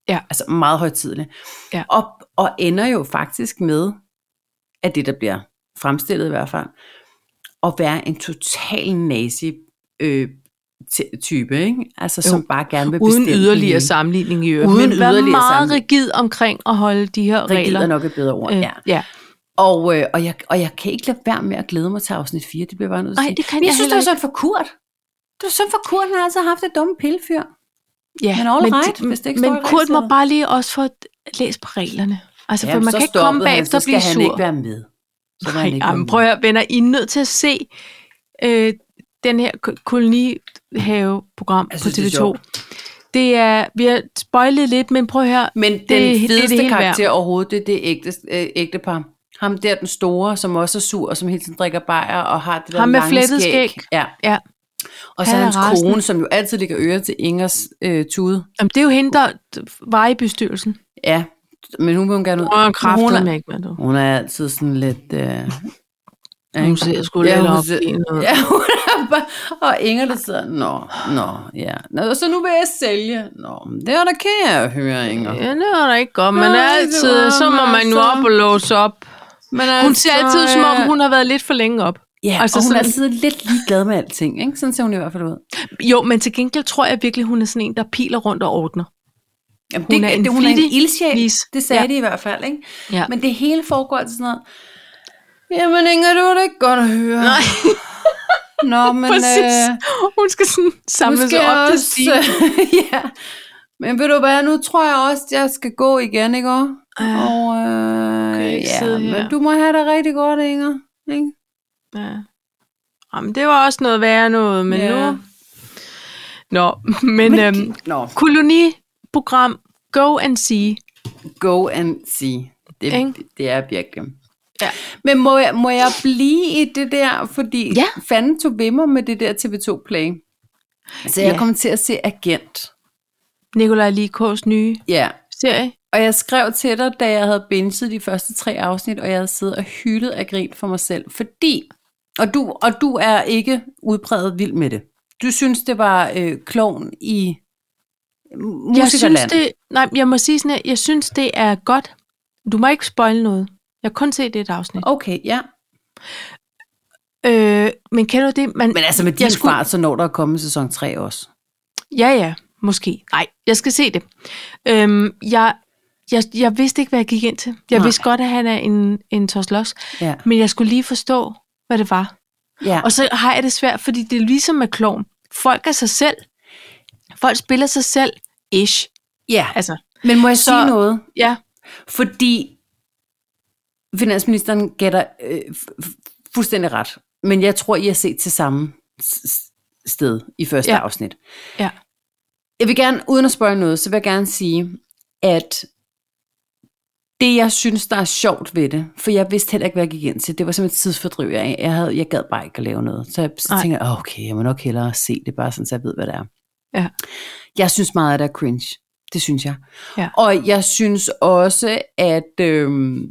Ja. Altså meget højtidligt. Ja. Og, og ender jo faktisk med, at det der bliver fremstillet i hvert fald, at være en total nazi øh, t- type, ikke? Altså som jo. bare gerne vil bestemme. Uden yderligere sammenligning i øvrigt. Uden men være meget sammenligning. rigid omkring at holde de her rigid regler. Rigid er nok et bedre ord, øh, ja. ja. Og, øh, og, jeg, og jeg kan ikke lade være med at glæde mig til afsnit fire. Det bliver bare nødt til at sige. Det kan men jeg, jeg jeg synes, det var sådan for Kurt. Det var sådan for Kurt, han har altid haft et dumme pillefyr. Ja, men all men, right, hvis det ikke men står Kurt må bare lige også få læst på reglerne. Altså, Jamen, for man kan ikke komme bagefter og blive sur. Så skal han ikke være med. Så Nej, ikke jamen, prøv at høre, venner, I er nødt til at se øh, den her kolonihave-program på T V to. Det er, vi har spoilet lidt, men prøv at høre. Men den det, fedeste det, det karakter værd. overhovedet, det er det ægte, øh, ægtepar. Ham der, den store, som også er sur, og som hele tiden drikker bajer, og har det der Ham med lange skæg. skæg. Ja. ja. Og så hans kone, som jo altid ligger øre til Ingers øh, tude. Jamen, det er jo hende, der var i bestyrelsen. Ja, men hun vil hun gerne ud. Hun, hun, er, ikke med, du. hun er altid sådan lidt... Øh, hun ser sgu lidt ja, op i noget. Ja, hun er bare... Og Inger, der sidder... Nå, nå, ja. Nå, så nu vil jeg sælge. Nå, det er da kære at høre, Inger. Ja, det er da ikke godt, men altid, så må man jo op og låse op. Men altså, hun ser altid, som om hun har været lidt for længe op. Ja, altså, og hun sådan, er siddet lidt ligeglad med alting, ikke? Sådan ser hun i hvert fald ud. Jo, men til gengæld tror jeg virkelig, hun er sådan en, der piler rundt og ordner. Jamen, hun, det, er en, det, hun er en ildsjæl, det sagde ja. de i hvert fald, ikke? Ja. Men det hele foregår altså sådan noget, jamen Inger, det var da ikke godt at høre. Nej. Nå, men... Præcis. Øh, hun skal sådan samle sig op også, til at sige. Ja, men ved du hvad, nu tror jeg også, at jeg skal gå igen, ikke? Og, øh, okay, ja, men du må have det rigtig godt, Inger, ikke? Ja. Jamen, det var også noget værre noget, men ja. nu... Nå, men, men øhm, no. koloniprogram, go and see. Go and see. Det, det, det er virkelig. Ja. Men må jeg, må jeg blive i det der, fordi ja. fanden tog ved mig med det der T V to Play. Så jeg ja. kommer til at se Agent. Nikolaj Likås nye ja. serie. Og jeg skrev til dig, da jeg havde binget de første tre afsnit, og jeg havde siddet og hyldet af grin for mig selv. Fordi, og du, og du er ikke udpræget vild med det. Du synes, det var øh, klovn i musikerland. Jeg synes det, nej, jeg må sige sådan her, jeg synes, det er godt. Du må ikke spoile noget. Jeg har kun set det et afsnit. Okay, ja. Øh, men kender du det? Man, men altså med din skulle... fart, så når der er kommet sæson tre også. Ja, ja, måske. Nej, jeg skal se det. Øhm, jeg, jeg, jeg vidste ikke, hvad jeg gik ind til. Jeg Nej. vidste godt, at han er en, en toslos. Ja. Men jeg skulle lige forstå, hvad det var. Ja. Og så har jeg det svært, fordi det er ligesom med klovn. Folk er sig selv. Folk spiller sig selv. Ish. Ja, altså. Men må jeg så, sige noget? Ja. Fordi finansministeren gætter øh, f- fuldstændig ret. Men jeg tror, I har set til samme sted i første ja. afsnit. Ja. Jeg vil gerne, uden at spørge noget, så vil jeg gerne sige, at det, jeg synes, der er sjovt ved det, for jeg vidste heller ikke, hvad jeg gik ind til, det var som et tidsfordriv. Jeg, jeg, havde, jeg gad bare ikke at lave noget. Så jeg så tænkte, jeg, okay, jeg må nok hellere se det, bare sådan, så jeg ved, hvad det er. Ja. Jeg synes meget, at det er cringe. Det synes jeg. Ja. Og jeg synes også, at... Øhm,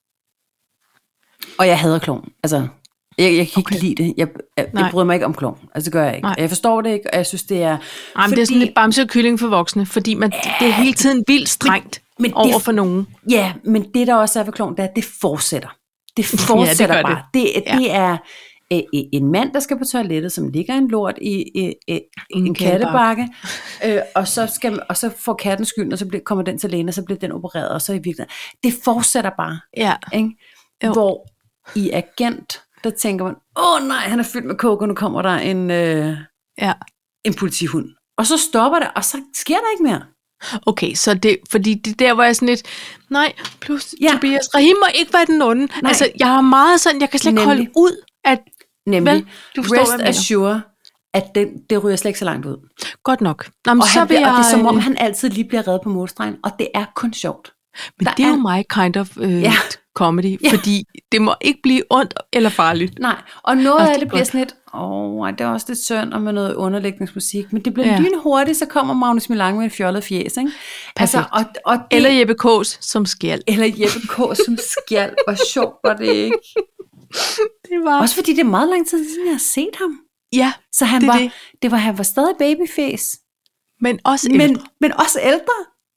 og jeg hader klovn. Altså, jeg, jeg kan okay. ikke lide det. Jeg, jeg, jeg bryder mig ikke om klovn. Altså, det gør jeg ikke. Nej. Jeg forstår det ikke, og jeg synes, det er... Ej, fordi, det er sådan lidt bamse og kylling for voksne, fordi man, ja, det er hele tiden vildt strengt men, men over det, for nogen. Ja, men det, der også er ved klovn, det er, at det fortsætter. Det fortsætter ja, det bare. Det, det, ja. det er øh, en mand, der skal på toilettet, som ligger en lort i, i, i en, en kattebakke, øh, og, så skal, og så får katten skylden, og så bliver, kommer den til lægen, og så bliver den opereret, og så i virkeligheden. Det fortsætter bare. Ja. Ikke? Hvor i Agent, der tænker man, åh nej, han er fyldt med coke, og nu kommer der en, øh, ja. en politihund. Og så stopper det, og så sker der ikke mere. Okay, så det, fordi det der var jeg sådan lidt, nej, plus ja. Tobias Rahim må ikke være den onde. Nej. Altså, jeg har meget sådan, jeg kan slet ikke holde ud, at, Nemlig, vel, du forstår, rest assure, at det, det ryger slet ikke så langt ud. Godt nok. Nå, men og, så han, vil jeg, og det er som om, han altid lige bliver reddet på målstregen, og det er kun sjovt. Men der det er, er jo my kind of øh, ja. comedy, ja. fordi det må ikke blive ondt eller farligt. Nej, og noget og af det, det bliver sådan lidt, åh, oh, det er også lidt synd og med noget underlægningsmusik, men det bliver ja. lynhurtigt, så kommer Magnus Milang med en fjollet fjes, ikke? Altså, og, og det, eller Jeppe Kås som skjald. Eller Jeppe Kås som skjald, hvor sjovt var det ikke? Det var... Også fordi det er meget lang tid siden, jeg har set ham. Ja, så han det var, det. det var, han var stadig babyface. Men også ældre. Men, men også ældre. Ja.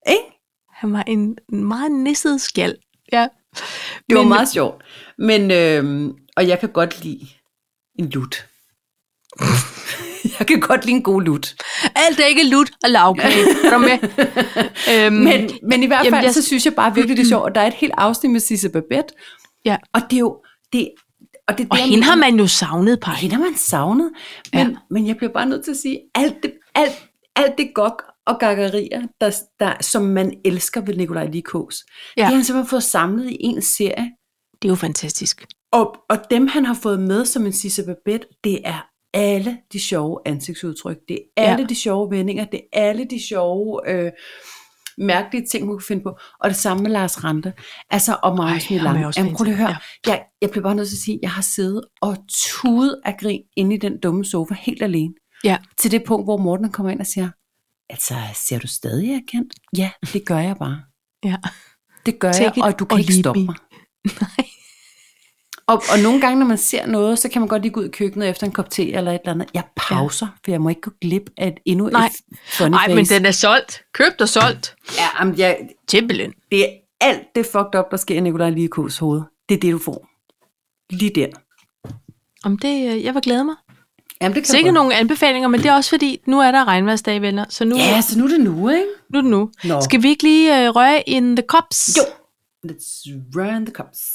Ikke? Han var en meget nisset skjald. Ja. Det var men, meget sjovt. Men, øh, og jeg kan godt lide en lut. Jeg kan godt lide en god lut. Alt er ikke lut og lavkage. Er du med? øhm, men, men i hvert fald, jamen, jeg... så synes jeg bare virkelig, det er sjovt. Og der er et helt afsnit med Sisse Babette. Ja. Og det er jo... Det, og det, og der, hende har man jo savnet, Paj. Hende har man savnet. Men, ja. men jeg bliver bare nødt til at sige, alt det, alt, alt det gok og gakkerier, der, der, som man elsker ved Nikolaj Likås, ja. Det har han simpelthen fået samlet i en serie. Det er jo fantastisk. Og, og dem, han har fået med som en Sisse Babette, det er alle de sjove ansigtsudtryk, det er alle ja. de sjove vendinger, det er alle de sjove, øh, mærkelige ting, hun kan finde på. Og det samme med Lars Rante. Altså, og Marius Milan. Jamen, prøv lige at høre. Ja. Jeg, jeg bliver bare nødt til at sige, jeg har siddet og tudet af grin inde i den dumme sofa, helt alene. Ja. Til det punkt, hvor Morten kommer ind og siger, altså, ser du stadig erkendt? Ja, det gør jeg bare. Ja. Det gør Take jeg, og du kan ikke stoppe mig. Nej. Og, og nogle gange, når man ser noget, så kan man godt lige gå ud i køkkenet efter en kop te eller et eller andet. Jeg pauser, ja. For jeg må ikke gå glip af et, endnu Nej. et funny Nej, face. men den er solgt. Købt og solgt. Ja, men jeg... Simpelthen. Det er alt det fucked up, der sker i Nikolaj Likås hoved. Det er det, du får. Lige der. Om det, jeg vil glæde mig. Jamen, det kan Sikkert nogle anbefalinger, men det er også fordi, nu er der regnværsdag, venner. Så nu, ja, så nu er det nu, ikke? Nu er det nu. Nå. Skal vi ikke lige uh, røre in the cups? Jo. Let's run the cups.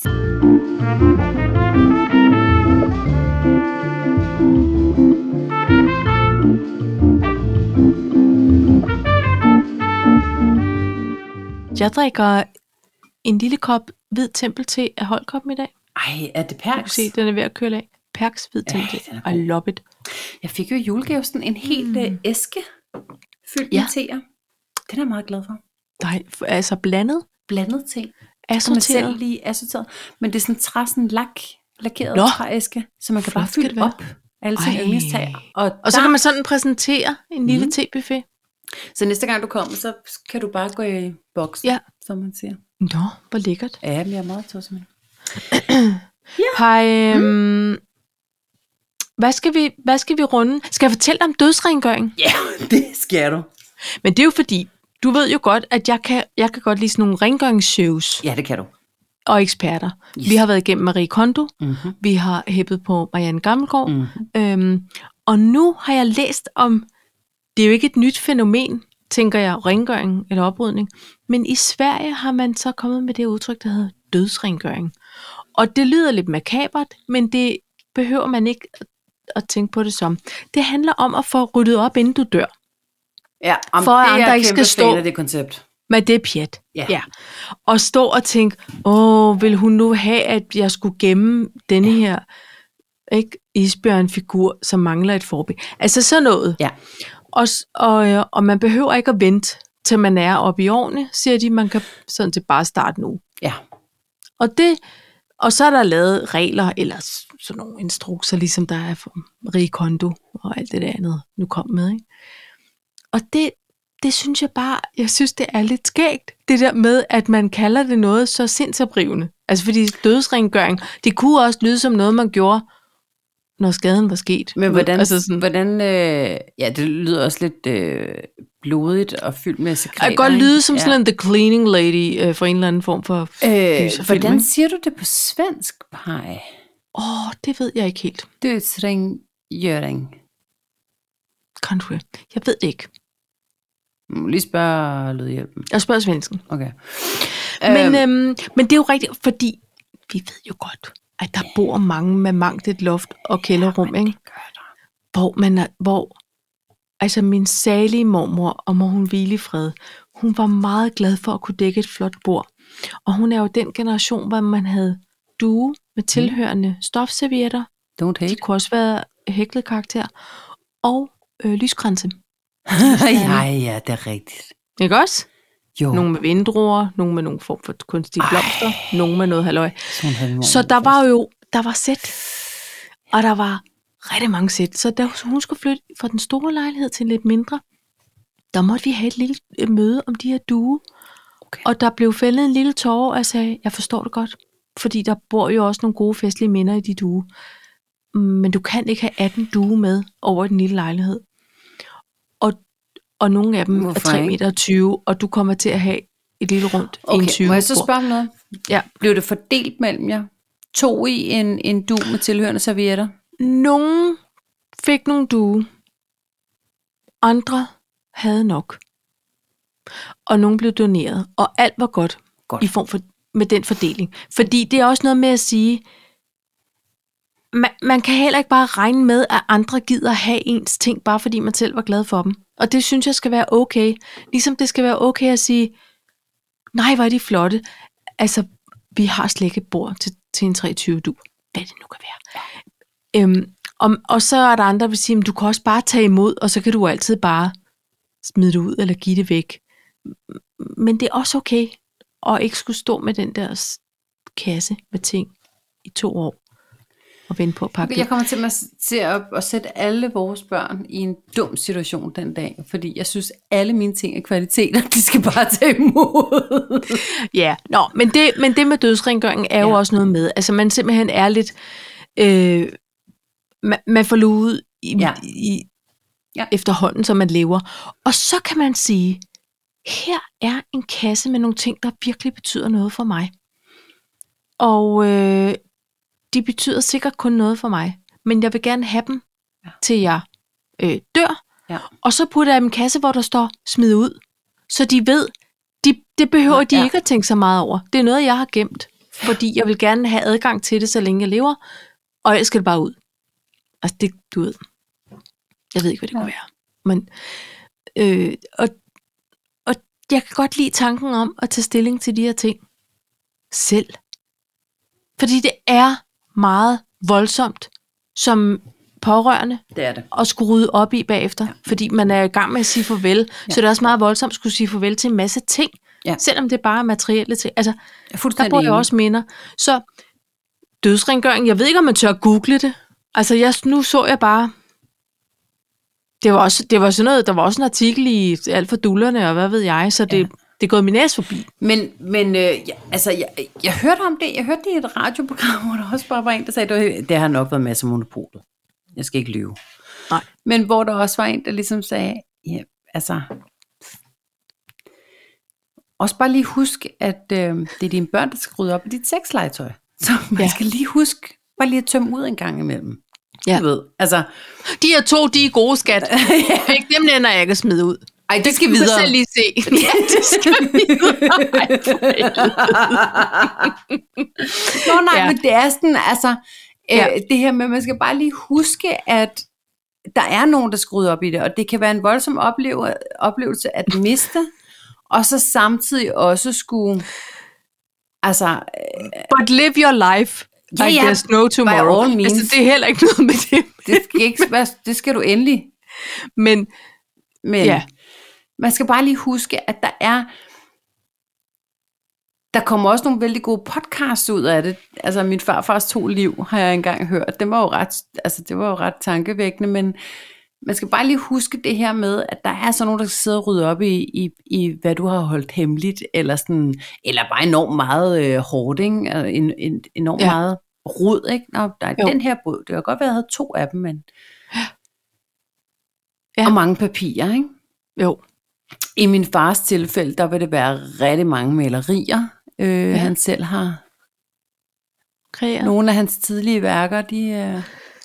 Jeg drikker en lille kop hvid tempelthe af Holkoppen i dag. Ej, er det Perks? Du kan se, den er ved at køle af. Perks hvid tempelthe. I love it. Jeg fik jo julegave sådan en hel mm. æske fyldt ja. med teer. Den er jeg meget glad for. Nej, altså blandet? Blandet te. Assorteret? Selv lige assorteret. Men det er sådan træsen lak, lakeret trææske, så man kan bare fylde op alle sine yndlingstager. Og, og så kan man sådan præsentere en lille mm. tebuffet. Så næste gang du kommer, så kan du bare gå i boksen, ja. Som man siger. Nå, hvor lækkert. Ja, men jeg er meget tosset med ja. Hej, øhm, mm. hvad, skal vi, hvad skal vi runde? Skal jeg fortælle dig om dødsrengøring? Ja, det skal du. Men det er jo fordi, du ved jo godt, at jeg kan, jeg kan godt lide sådan nogle rengøringsshows. Ja, det kan du. Og eksperter. Yes. Vi har været igennem Marie Kondo. Mm-hmm. Vi har hæppet på Marianne Gammelgaard. Mm-hmm. Øhm, og nu har jeg læst om, det er jo ikke et nyt fænomen, tænker jeg, rengøring eller oprydning. Men i Sverige har man så kommet med det udtryk, der hedder dødsrengøring. Og det lyder lidt makabert, men det behøver man ikke at tænke på det som. Det handler om at få ryddet op, inden du dør. Ja, om for at det andre ikke skal stå det koncept. med det pjat. Ja. Ja. Og stå og tænke, åh, vil hun nu have, at jeg skulle gemme denne ja. her ikke, isbjørnfigur, som mangler et forben. Altså sådan noget. Ja. Og, og, og man behøver ikke at vente, til man er oppe i årene, siger de, man kan sådan til bare starte nu. Ja. Og det, og så er der lavet regler, eller sådan nogle instrukser, ligesom der er for Marie Kondo, og alt det der andet, nu kom med, ikke? Og det, det synes jeg bare, jeg synes, det er lidt skægt, det der med, at man kalder det noget så sindsoprivende. Altså fordi dødsrengøring, det kunne også lyde som noget, man gjorde, når skaden var sket. Men hvordan, altså sådan, hvordan øh, ja, det lyder også lidt øh, blodigt og fyldt med sekreter. Det kan godt lyde som ja. sådan en The Cleaning Lady øh, for en eller anden form for øh, hvordan siger du det på svensk, Paj? Åh, oh, det ved jeg ikke helt. Dødsrengøring. Country. Jeg ved det ikke. Må lige spørge lydhjælpen. Jeg spørger svensken. Okay. Men, øhm, øhm, men det er jo rigtigt, fordi vi ved jo godt, at der bor mange med mangt et loft og kælderrum, ja, ikke? Hvor man er, hvor, altså min salige mormor, og må hun hvile i fred, hun var meget glad for at kunne dække et flot bord. Og hun er jo den generation, hvor man havde due med tilhørende stofservietter. Don't hate. De kunne også være hæklet karakter. Og øh, lyskranse. ja, ja, det er rigtigt. Ikke også? Jo. Nogle med vindruer, nogle med nogle form for kunstige blomster, Ej. nogle med noget halløj. Så der var jo, der var sæt, og der var rigtig mange sæt. Så da hun skulle flytte fra den store lejlighed til en lidt mindre, der måtte vi have et lille møde om de her due. Okay. Og der blev fældet en lille tåre, og jeg sagde, jeg forstår det godt. Fordi der bor jo også nogle gode festlige minder i de due. Men du kan ikke have atten due med over den lille lejlighed. Og, og nogle af dem Hvorfor er tre meter tyve, og du kommer til at have et lille rundt okay, enogtyve. Må jeg så spørge om noget? Ja. Blev det fordelt mellem jer? To i en, en du med tilhørende servietter? Nogle fik nogle due. Andre havde nok. Og nogle blev doneret. Og alt var godt, godt. I form for, med den fordeling. Fordi det er også noget med at sige, man, man kan heller ikke bare regne med, at andre gider have ens ting, bare fordi man selv var glad for dem. Og det synes jeg skal være okay. Ligesom det skal være okay at sige, nej, hvor er de flotte. Altså, vi har slet ikke et bord til, til en treogtyve du. Hvad det nu kan være. Øhm, og, og så er der andre, der vil sige, du kan også bare tage imod, og så kan du altid bare smide det ud, eller give det væk. Men det er også okay, at ikke skulle stå med den der kasse med ting i to år, og vente på at pakke det. Jeg kommer til at, til at, at sætte alle vores børn i en dum situation den dag, fordi jeg synes, alle mine ting er kvaliteter, de skal bare tage imod. Ja, nå, men det, men det med dødsrengøringen er jo ja. også noget med, altså man simpelthen er lidt, øh, man, man får luet i, ja. i, ja. efterhånden, som man lever. Og så kan man sige, her er en kasse med nogle ting, der virkelig betyder noget for mig. Og øh, de betyder sikkert kun noget for mig, men jeg vil gerne have dem, ja. til jeg øh, dør. Ja. Og så putter jeg dem i en kasse, hvor der står smid ud. Så de ved, de, det behøver ja, de ja. ikke at tænke så meget over. Det er noget, jeg har gemt, fordi jeg vil gerne have adgang til det, så længe jeg lever, og ellers skal det bare ud. Altså det, du ved. Jeg ved ikke, hvad det ja. kunne være. Men, øh, og, og jeg kan godt lide tanken om at tage stilling til de her ting selv. Fordi det er meget voldsomt som pårørende det er det. at skulle rydde op i bagefter. Ja. Fordi man er i gang med at sige farvel. Ja. Så det er også meget voldsomt at skulle sige farvel til en masse ting. Ja. Selvom det bare er materielle ting. Altså, der bor jeg også minder. Så dødsrengøring, jeg ved ikke, om man tør google det. Altså, jeg, nu så jeg bare... Det var, også, det var sådan noget, der var også en artikel i Alt for dullerne, og hvad ved jeg, så det, ja. det er gået min næse forbi. Men, men øh, ja, altså, jeg, jeg hørte om det, jeg hørte det i et radioprogram, hvor der også bare var en, der sagde, det, det har nok været masser af monopolet. Jeg skal ikke lyve. Nej. Men hvor der også var en, der ligesom sagde, ja, altså, også bare lige husk, at øh, det er dine børn, der skal rydde op i dit sexlegetøj. Så man ja. skal lige huske, bare lige at tømme ud en gang imellem. Ja. Du ved, altså. De her to, de er gode, skat. Ikke dem der, når jeg kan smide ud. Ej, det skal videre. Du kan selv lige se. Ja, det skal videre. Ej, Nå nej, ja. men det er sådan, altså, øh, ja. det her med, man skal bare lige huske, at der er nogen, der skruer op i det, og det kan være en voldsom opleve, oplevelse at miste, og så samtidig også skulle, altså. Øh, But live your life. Ja, like ja, there's no tomorrow. Altså, det er heller ikke noget med det. det, skal ikke, det skal du endelig. Men, Men ja. man skal bare lige huske, at der er, der kommer også nogle vældig gode podcasts ud af det. Altså, Min farfars to liv har jeg engang hørt. Det var jo ret, altså, det var jo ret tankevækkende, men man skal bare lige huske det her med, at der er sådan nogen, der skal sidde og rydde op i, i, i hvad du har holdt hemmeligt, eller, sådan, eller bare enormt meget øh, hårdt, ikke? En, en, enormt ja. meget rod, ikke? Nå, der er jo. den her båd. Det kan godt være, at jeg havde to af dem, men... Ja. Og mange papirer, ikke? Jo. I min fars tilfælde, der vil det være rigtig mange malerier, øh, ja. han selv har. Kreeret. Nogle af hans tidlige værker, de... Øh...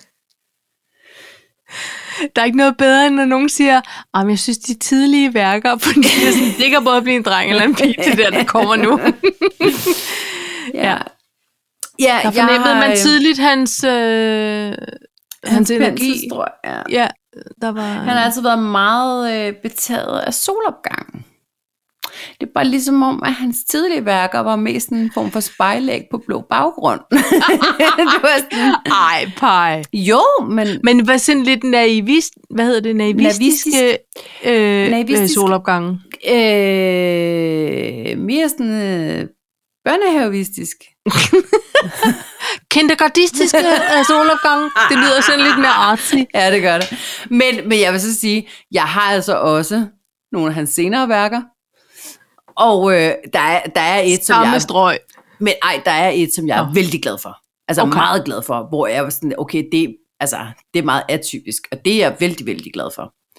Der er ikke noget bedre, end når nogen siger, at jeg synes, de tidlige værker, fordi det er sådan, det kan både blive en dreng eller en pige til det, der kommer nu. ja. Ja, der fornemmede man tidligt hans, øh, hans, hans energi. Ja. Ja, der var... Han har altid været meget øh, betaget af solopgangen. Det er bare ligesom om, at hans tidlige værker var mest en form for spejlæg på blå baggrund. det var sådan... Ej, pej. Jo, men... Men var sådan lidt naivist... Hvad hedder det? Naivistiske øh, Naivistisk, solopgangen? Øh, mere sådan... Øh, børnehavistisk. Kindergartistiske øh, solopgange. Det lyder sådan lidt mere artsy. Ja, det gør det. Men, men jeg vil så sige, jeg har altså også nogle af hans senere værker. Og øh, der, er, der er et, som jeg... strøg. Men ej, der er et, som jeg er oh. vældig glad for. Altså okay. meget glad for. Hvor jeg var sådan, okay, det, altså, det er meget atypisk. Og det er jeg vældig, vældig glad for.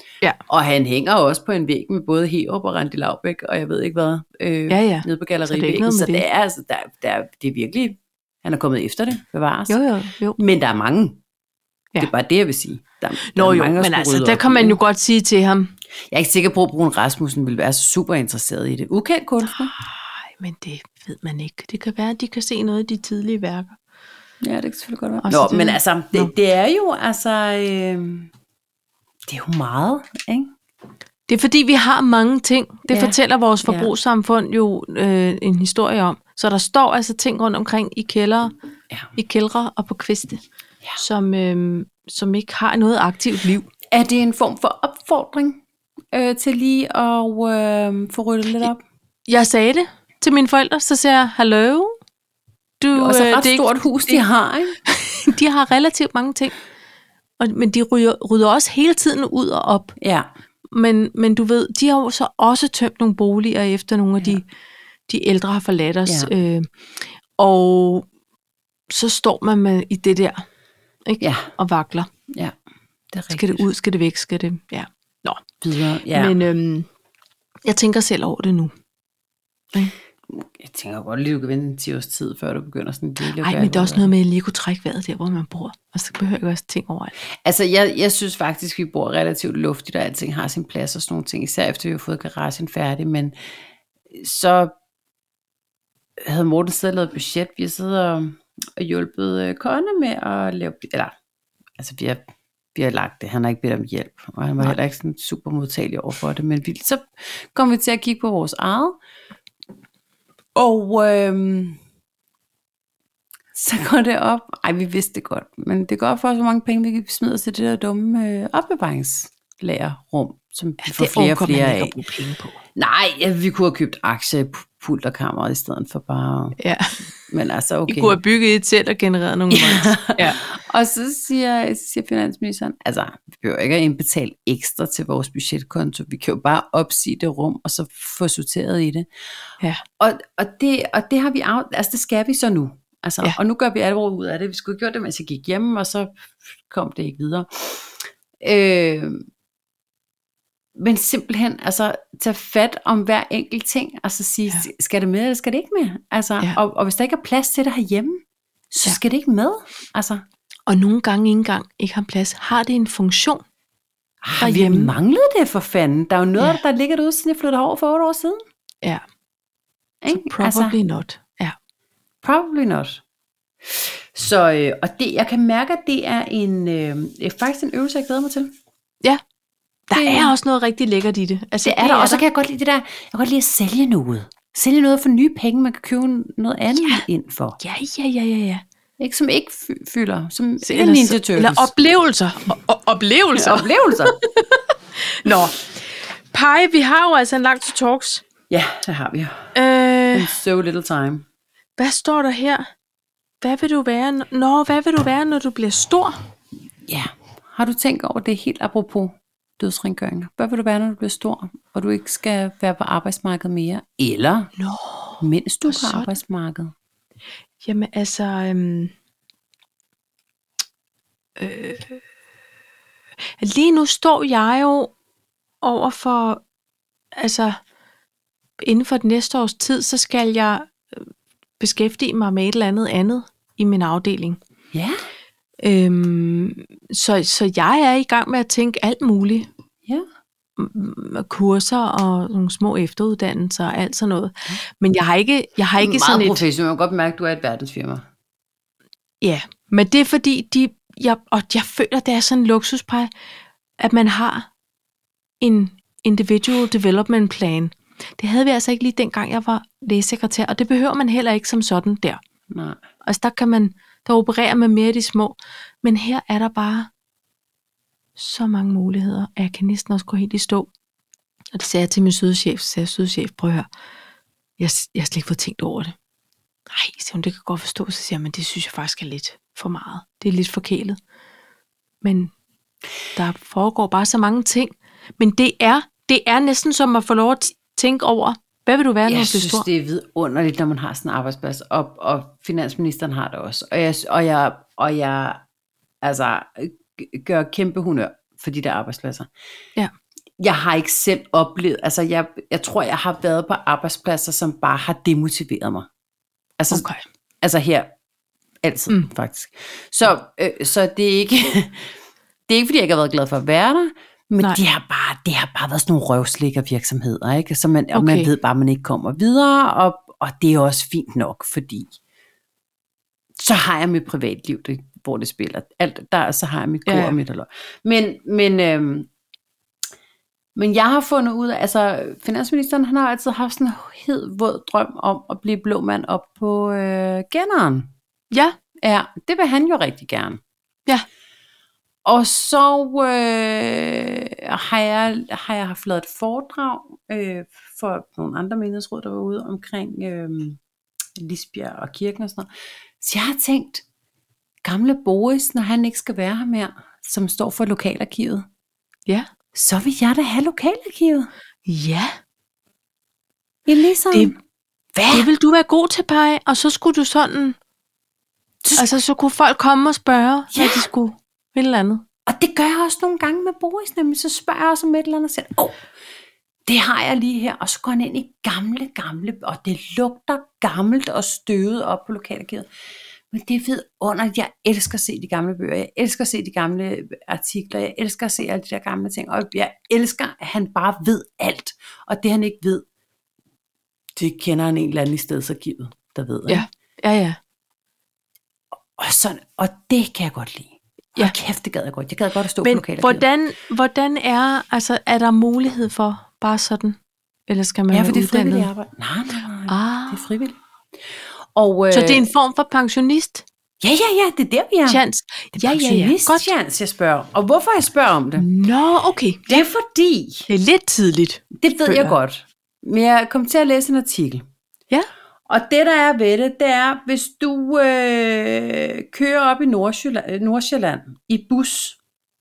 Ja. Og han hænger også på en væg med både Herup og Randi Laubæk, og jeg ved ikke hvad, øh, ja, ja. nede på gallerivæggen. Så, så det. det er altså, der, der, det er virkelig, han er kommet efter det, bevares. Jo, jo, jo. Men der er mange. Ja. Det er bare det, jeg vil sige. Der, der Nå er jo, mange, men altså, der kan man jo godt sige til ham. Jeg er ikke sikker på, at Brun Rasmussen vil være så super interesseret i det. Ukendt kunstner. Nej, men det ved man ikke. Det kan være, at de kan se noget i de tidlige værker. Ja, det kan selvfølgelig godt være. Også Nå, det, men altså, det, det er jo altså, øh, det er jo meget, ikke? Det er fordi, vi har mange ting. Det ja. fortæller vores forbrugssamfund jo øh, en historie om. Så der står altså ting rundt omkring i kældre, ja. i kældre og på kviste, ja. som, øh, som ikke har noget aktivt liv. Er det en form for opfordring øh, til lige at øh, få ryddet lidt op? Jeg sagde det til mine forældre, så sagde jeg, hallo? Du, det er også et ret det stort ikke, hus, de har, ikke? De har relativt mange ting. Og, men de rydder, rydder også hele tiden ud og op. Ja. Men, men du ved, de har jo så også tømt nogle boliger, efter nogle af de, ja. de ældre har forladt os. Ja. Øh, og så står man med i det der, ikke? Ja. Og vakler. Ja, det er skal det ud, skal det væk, skal det... Ja. Nå. Videre, ja. Men øhm, jeg tænker selv over det nu. Okay. Jeg tænker godt lige, du kan vente ti års tid, før du begynder sådan en del. Nej, men det er også noget med, at lige kunne trække vejret der, hvor man bor. Og så behøver jeg også ting over. Altså, jeg, jeg synes faktisk, vi bor relativt luftigt, og alting har sin plads og sådan nogle ting. Især efter vi har fået garagen færdig. Men så havde Morten siddet og lavet budget. Vi har siddet og, og hjulpet uh, Conne med at lave... Eller, altså, vi har, vi har lagt det. Han har ikke bedt om hjælp. Og han var Nej. heller ikke sådan super modtagelig over for det. Men vi, så kom vi til at kigge på vores eget. Og øhm, så går det op. Ej, vi vidste det godt. Men det går op for os, hvor mange penge vi kan smide til det der dumme øh, opbevaringslagerrum, som vi ja, får flere og flere af. Penge på. Nej, ja, vi kunne have købt aktier i pulterkammeret i stedet for bare... Ja. Men altså, okay. Vi kunne have bygget et telt og genereret nogle monster. Ja. Og så siger, siger finansministeren, altså, vi behøver ikke at indbetale ekstra til vores budgetkonto. Vi kan jo bare opsige det rum, og så få sorteret i det. Ja. Og, og, det, og det har vi af, altså det skal vi så nu. Altså, ja. Og nu gør vi alvor ud af det. Vi skulle have gjort det, mens jeg gik hjem, og så kom det ikke videre. Øh, men simpelthen, altså, tage fat om hver enkelt ting, altså sige, ja. skal det med, eller skal det ikke med? Altså, ja. og, og hvis der ikke er plads til det herhjemme, så ja. skal det ikke med. Altså. Og nogle gange ikke engang ikke har plads. Har det en funktion? Har vi manglet det for fanden? Der er jo noget, ja. der ligger derude, siden jeg flyttede over for otte år siden. Ja. So probably altså, not. Ja. Probably not. Så, øh, og det, jeg kan mærke, at det er en, øh, faktisk en øvelse, jeg glæder mig til. Ja. Der det, er også noget rigtig lækkert i det. Altså, det er der, og så kan jeg godt lide det der, jeg kan godt lide at sælge noget. Sælge noget for nye penge, man kan købe noget andet ja. ind for. Ja, ja, ja, ja, ja. Ikke, som ikke fylder, som eller, Ninja Turtles. Eller oplevelser. O- o- oplevelser. Ja, oplevelser. Nå. Paj, vi har jo altså en lang to talks. Ja, det har vi jo. Øh, In so little time. Hvad står der her? Hvad vil du være, Nå, hvad vil du være, når du bliver stor? Ja, har du tænkt over det helt apropos dødsrengøringer? Hvad vil du være, når du bliver stor, og du ikke skal være på arbejdsmarkedet mere? Eller Nå, mens du er på arbejdsmarkedet? Jamen altså, øhm, øh, lige nu står jeg jo over for, altså inden for det næste års tid, så skal jeg beskæftige mig med et eller andet andet i min afdeling. Ja. Øhm, så, så jeg er i gang med at tænke alt muligt. Ja. Kurser og nogle små efteruddannelser og alt sådan noget. Men jeg har ikke, jeg har ikke meget sådan et... Meget professionelt. Jeg kan godt mærke, at du er et verdensfirma. Ja, men det er fordi, de, jeg, og jeg føler, det er sådan en luksuspej, at man har en individual development plan. Det havde vi altså ikke lige dengang, jeg var lægesekretær, og det behøver man heller ikke som sådan der. Nej. Altså der kan man, der opererer med mere af de små, men her er der bare så mange muligheder, at jeg kan næsten også gå helt i stå. Og det sagde jeg til min søde chef, så sagde jeg, søde chef, prøv at høre, jeg, jeg har slet ikke fået tænkt over det. Nej, så hun, det kan godt forstå, så siger jeg, men det synes jeg faktisk er lidt for meget. Det er lidt forkælet. Men der foregår bare så mange ting. Men det er, det er næsten som at få lov at tænke over, hvad vil du være, når du bliver stor? Jeg synes, det er vidunderligt, når man har sådan en arbejdsplads, og, og finansministeren har det også. Og jeg, og jeg, og jeg altså, gør kæmpe honør for de der arbejdspladser. Ja. Jeg har ikke selv oplevet, altså jeg, jeg tror, jeg har været på arbejdspladser, som bare har demotiveret mig. Altså, Okay. altså her, altid mm. faktisk. Så, øh, så det er ikke, det er ikke, fordi jeg ikke har været glad for at være der, men det har, bare, det har bare været sådan nogle røvslikker virksomheder, ikke? Så man, okay. Og man ved bare, at man ikke kommer videre, og, og det er også fint nok, fordi så har jeg mit privatliv, det, hvor det spiller. Alt der, så har jeg mit kor ja, ja. og mit halvøj. Men, men, øhm, men jeg har fundet ud af, altså finansministeren, han har altid haft sådan en hed, våd drøm om at blive blå mand op på øh, Genneren. Ja. Ja, det vil han jo rigtig gerne. Ja. Og så øh, har, jeg, har jeg haft lavet et foredrag øh, for nogle andre menighedsråd, der var ude omkring øh, Lisbjerg og kirken og sådan noget. Så jeg har tænkt, gamle Boris, når han ikke skal være her mere, som står for lokalarkivet, ja. så vil jeg da have lokalarkivet. Ja. Ja, ligesom. Det, Hvad? Det vil du være god til, Paj, og så skulle du sådan, så, altså så kunne folk komme og spørge, ja. hvad de skulle, et eller andet. Og det gør jeg også nogle gange med Boris, nemlig så spørger jeg også om et eller andet, og siger, åh, det har jeg lige her, og så går han ind i gamle, gamle, og det lugter gammelt og støvet op på lokalarkivet. Men det er vidunderligt. Jeg elsker at se de gamle bøger, jeg elsker at se de gamle artikler, jeg elsker at se alle de der gamle ting, og jeg elsker, at han bare ved alt, og det han ikke ved, det kender han en eller anden i stedsarkivet, der ved. Ja, ja, ja. Og, sådan, og det kan jeg godt lide. Ja. Og kæft, det gad jeg godt. Jeg gad godt at stå Men på lokalarkivet. hvordan, hvordan er, altså, er der mulighed for bare sådan? Eller skal man ja, være for det er uddannet? frivilligt arbejde. Nej, nej, nej. Ah. Det er frivilligt. Og, øh, så det er en form for pensionist? Ja, ja, ja, det er der, vi er. Chance. Det er ja, ja, ja. Godt chance, jeg spørger. Og hvorfor jeg spørger om det? Nå, okay. Det er fordi... Det er lidt tidligt. Det ved jeg godt. Men jeg kom til at læse en artikel. Ja. Og det, der er ved det, det er, hvis du øh, kører op i Nordsjælland, Nordsjælland i bus.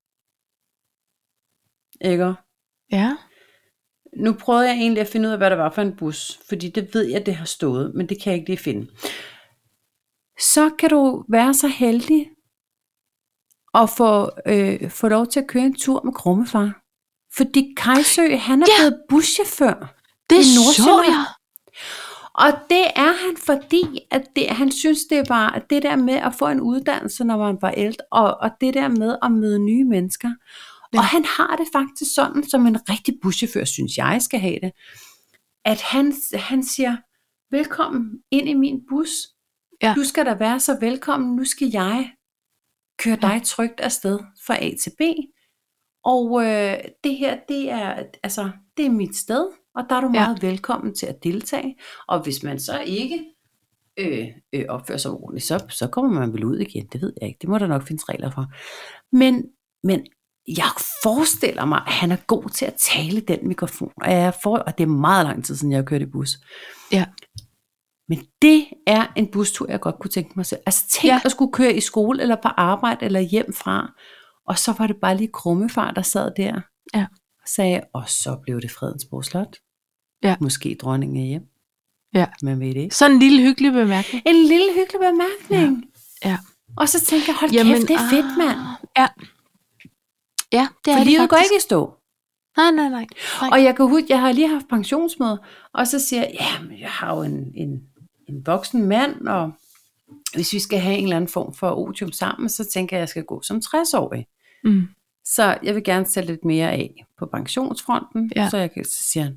Ikke? Ja. Nu prøvede jeg egentlig at finde ud af, hvad der var for en bus. Fordi det ved jeg, det har stået. Men det kan jeg ikke lige finde. Så kan du være så heldig at få, øh, få lov til at køre en tur med Krummefar. Fordi Kajsø, han er ja. blevet buschauffør. Det så jeg. Og det er han, fordi at det, han synes, det var at det der med at få en uddannelse, når man var ældre, og, og det der med at møde nye mennesker. Ja. Og han har det faktisk sådan, som en rigtig buschauffør, synes jeg skal have det, at han, han siger, velkommen ind i min bus. Ja. Du skal da være så velkommen. Nu skal jeg køre dig trygt afsted fra A til B. Og øh, det her, det er, altså, det er mit sted, og der er du meget ja. velkommen til at deltage. Og hvis man så ikke øh, øh, opfører sig ordentligt, så, så kommer man vel ud igen. Det ved jeg ikke. Det må der nok findes regler for. Men, men jeg forestiller mig, at han er god til at tale den mikrofon. Og, jeg for, og det er meget lang tid siden, jeg har kørt i bus. Ja. Men det er en bustur, jeg godt kunne tænke mig selv. Altså tænk ja. at skulle køre i skole, eller på arbejde, eller hjem fra. Og så var det bare lige Krummefar, der sad der. Ja. Og sagde, og så blev det Fredensborg Slot. Ja. Måske dronningen er hjem. Ja. Man ved det ikke. Sådan en lille hyggelig bemærkning. En lille hyggelig bemærkning. Ja. ja. Og så tænker jeg, hold Jamen, kæft, det er fedt, ah, mand. Ja. Ja, det er For det livet går ikke i stå. Nej, nej, nej, nej. Og jeg kan huske, jeg har lige haft pensionsmøde, og så siger jeg, ja, men jeg har jo en, en, en voksen mand, og hvis vi skal have en eller anden form for otium sammen, så tænker jeg, at jeg skal gå som tres-årig. Mm. Så jeg vil gerne sætte lidt mere af på pensionsfronten, ja. så jeg kan så siger han,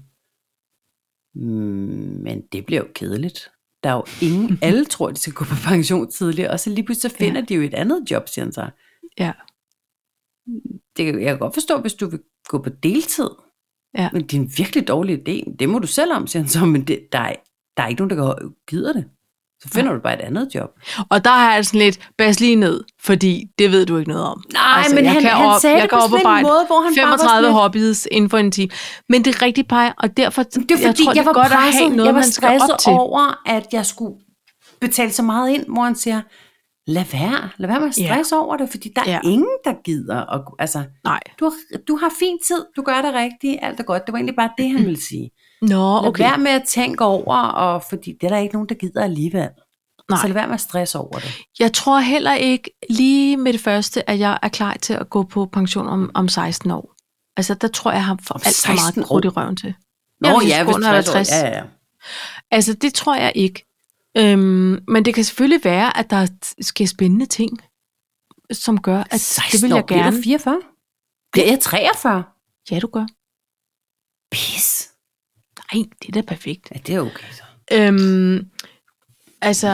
mm, men det bliver jo kedeligt. Der er jo ingen, alle tror, de skal gå på pension tidligere, og så lige pludselig så finder ja. de jo et andet job, siger han så. Ja. Det, jeg kan godt forstå, hvis du vil gå på deltid, ja. men det er en virkelig dårlig idé. Det må du selv om, siger han så, men det, der, er, der er ikke nogen, der gider det. Så finder ja. du bare et andet job. Og der har jeg sådan lidt, bas lige ned, fordi det ved du ikke noget om. Nej, altså, men han, han op, sagde det på sådan en måde, hvor han femogtredive hobbies inden for en time. Men det er rigtig Paj, og derfor, det er fordi, jeg tror, jeg det er var godt presset, at have noget, jeg var man skal op til. over, at jeg skulle betale så meget ind, hvor han siger, lad være, lad være med at stresse ja. over det, fordi der er ja. ingen, der gider. Og, altså, Nej. Du, har, du har fin tid, du gør det rigtigt, alt er godt. Det var egentlig bare det, han ville sige. Nå, okay. Lad være med at tænke over, og, fordi det er der ikke nogen, der gider alligevel. Nej. Så lad være med at stresse over det. Jeg tror heller ikke lige med det første, at jeg er klar til at gå på pension om, om seksten år. Altså, der tror jeg, jeg har for alt for meget krudt i røven til. Nå jeg ja, hvis tres år. Ja, ja. Altså, det tror jeg ikke. Øhm, men det kan selvfølgelig være, at der sker spændende ting, som gør, at det vil jeg gerne. Bliver du fireogfyrre? Bliver jeg treogfyrre? Ja, du gør. Pis. Nej, det er da perfekt. Ja, det er okay så. Øhm, altså,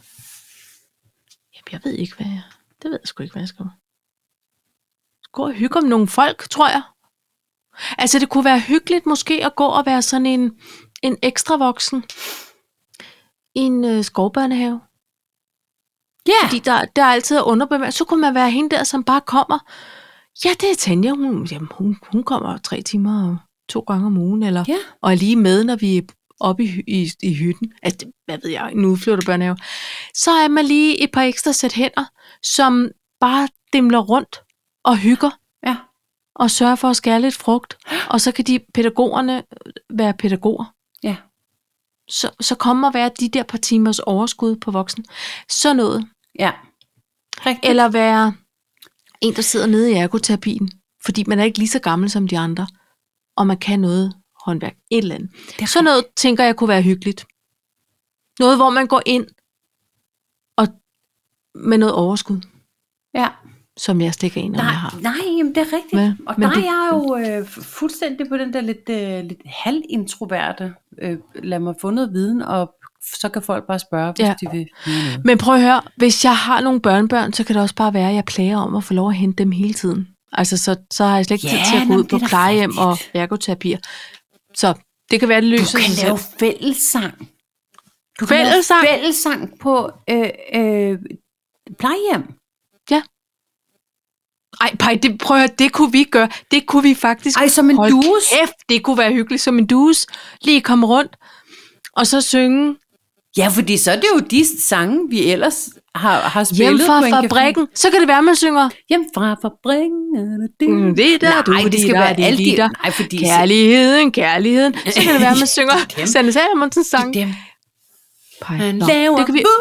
jeg ved ikke, hvad jeg... Det ved jeg sgu ikke, hvad jeg skal. Gå og hygge om nogle folk, tror jeg. Altså, det kunne være hyggeligt måske at gå og være sådan en, en ekstra voksen i en øh, skovbørnehave. Ja. Yeah. Fordi der, der er altid underbemærket. Så kunne man være hende der, som bare kommer. Ja, det er Tanja. Hun, jamen, hun, hun kommer tre timer to gange om ugen, eller, yeah. og er lige med, når vi er oppe i, i, i hytten. Altså, hvad ved jeg, en udflytterbørnehave. Så er man lige et par ekstra sæt hænder, som bare dimler rundt og hygger. Ja. Og sørger for at skære lidt frugt. Og så kan de pædagogerne være pædagoger. Ja. Så, så kommer at være de der par timers overskud på voksen. Så noget. Ja. Rigtigt. Eller være en, der sidder nede i ergoterapien. Fordi man er ikke lige så gammel som de andre. Og man kan noget håndværk. Et eller andet. Så noget, tænker jeg, kunne være hyggeligt. Noget, hvor man går ind og med noget overskud. Ja. Som jeg stikker ind, når jeg har. Nej, jamen, det er rigtigt. Men, og men der det, er jeg jo øh, fuldstændig på den der lidt, øh, lidt halvintroverte. Øh, lad mig få noget viden, og så kan folk bare spørge, hvis ja. de vil. Men prøv at høre, hvis jeg har nogle børnebørn, så kan det også bare være, at jeg plager om at få lov at hente dem hele tiden. Altså, så, så har jeg slet ikke ja, tid til at gå ud på plejehjem rigtigt. Og ergoterapier. Så det kan være, det løser sig. Du kan lave fællessang. Du fællessang? kan lave fællessang på øh, øh, plejehjem. Ja. Ej, Paj, det, prøv at høre, det kunne vi gøre. Det kunne vi faktisk. Ej, som en Hold dus. Kæft, det kunne være hyggeligt som en dus. Lige komme rundt, og så synge. Ja, fordi så er det jo de sange, vi ellers har, har spillet hjem fra på en fabrikken. Så kan det være, man synger. Hjem fra fabrikken. Det, mm, det er der, nej, du, det skal der, være det, alle de. Der. Nej, fordi kærligheden, kærligheden. Så kan det være, man synger. Sanne Salmonsens sang. Dem. Han laver det kan vi...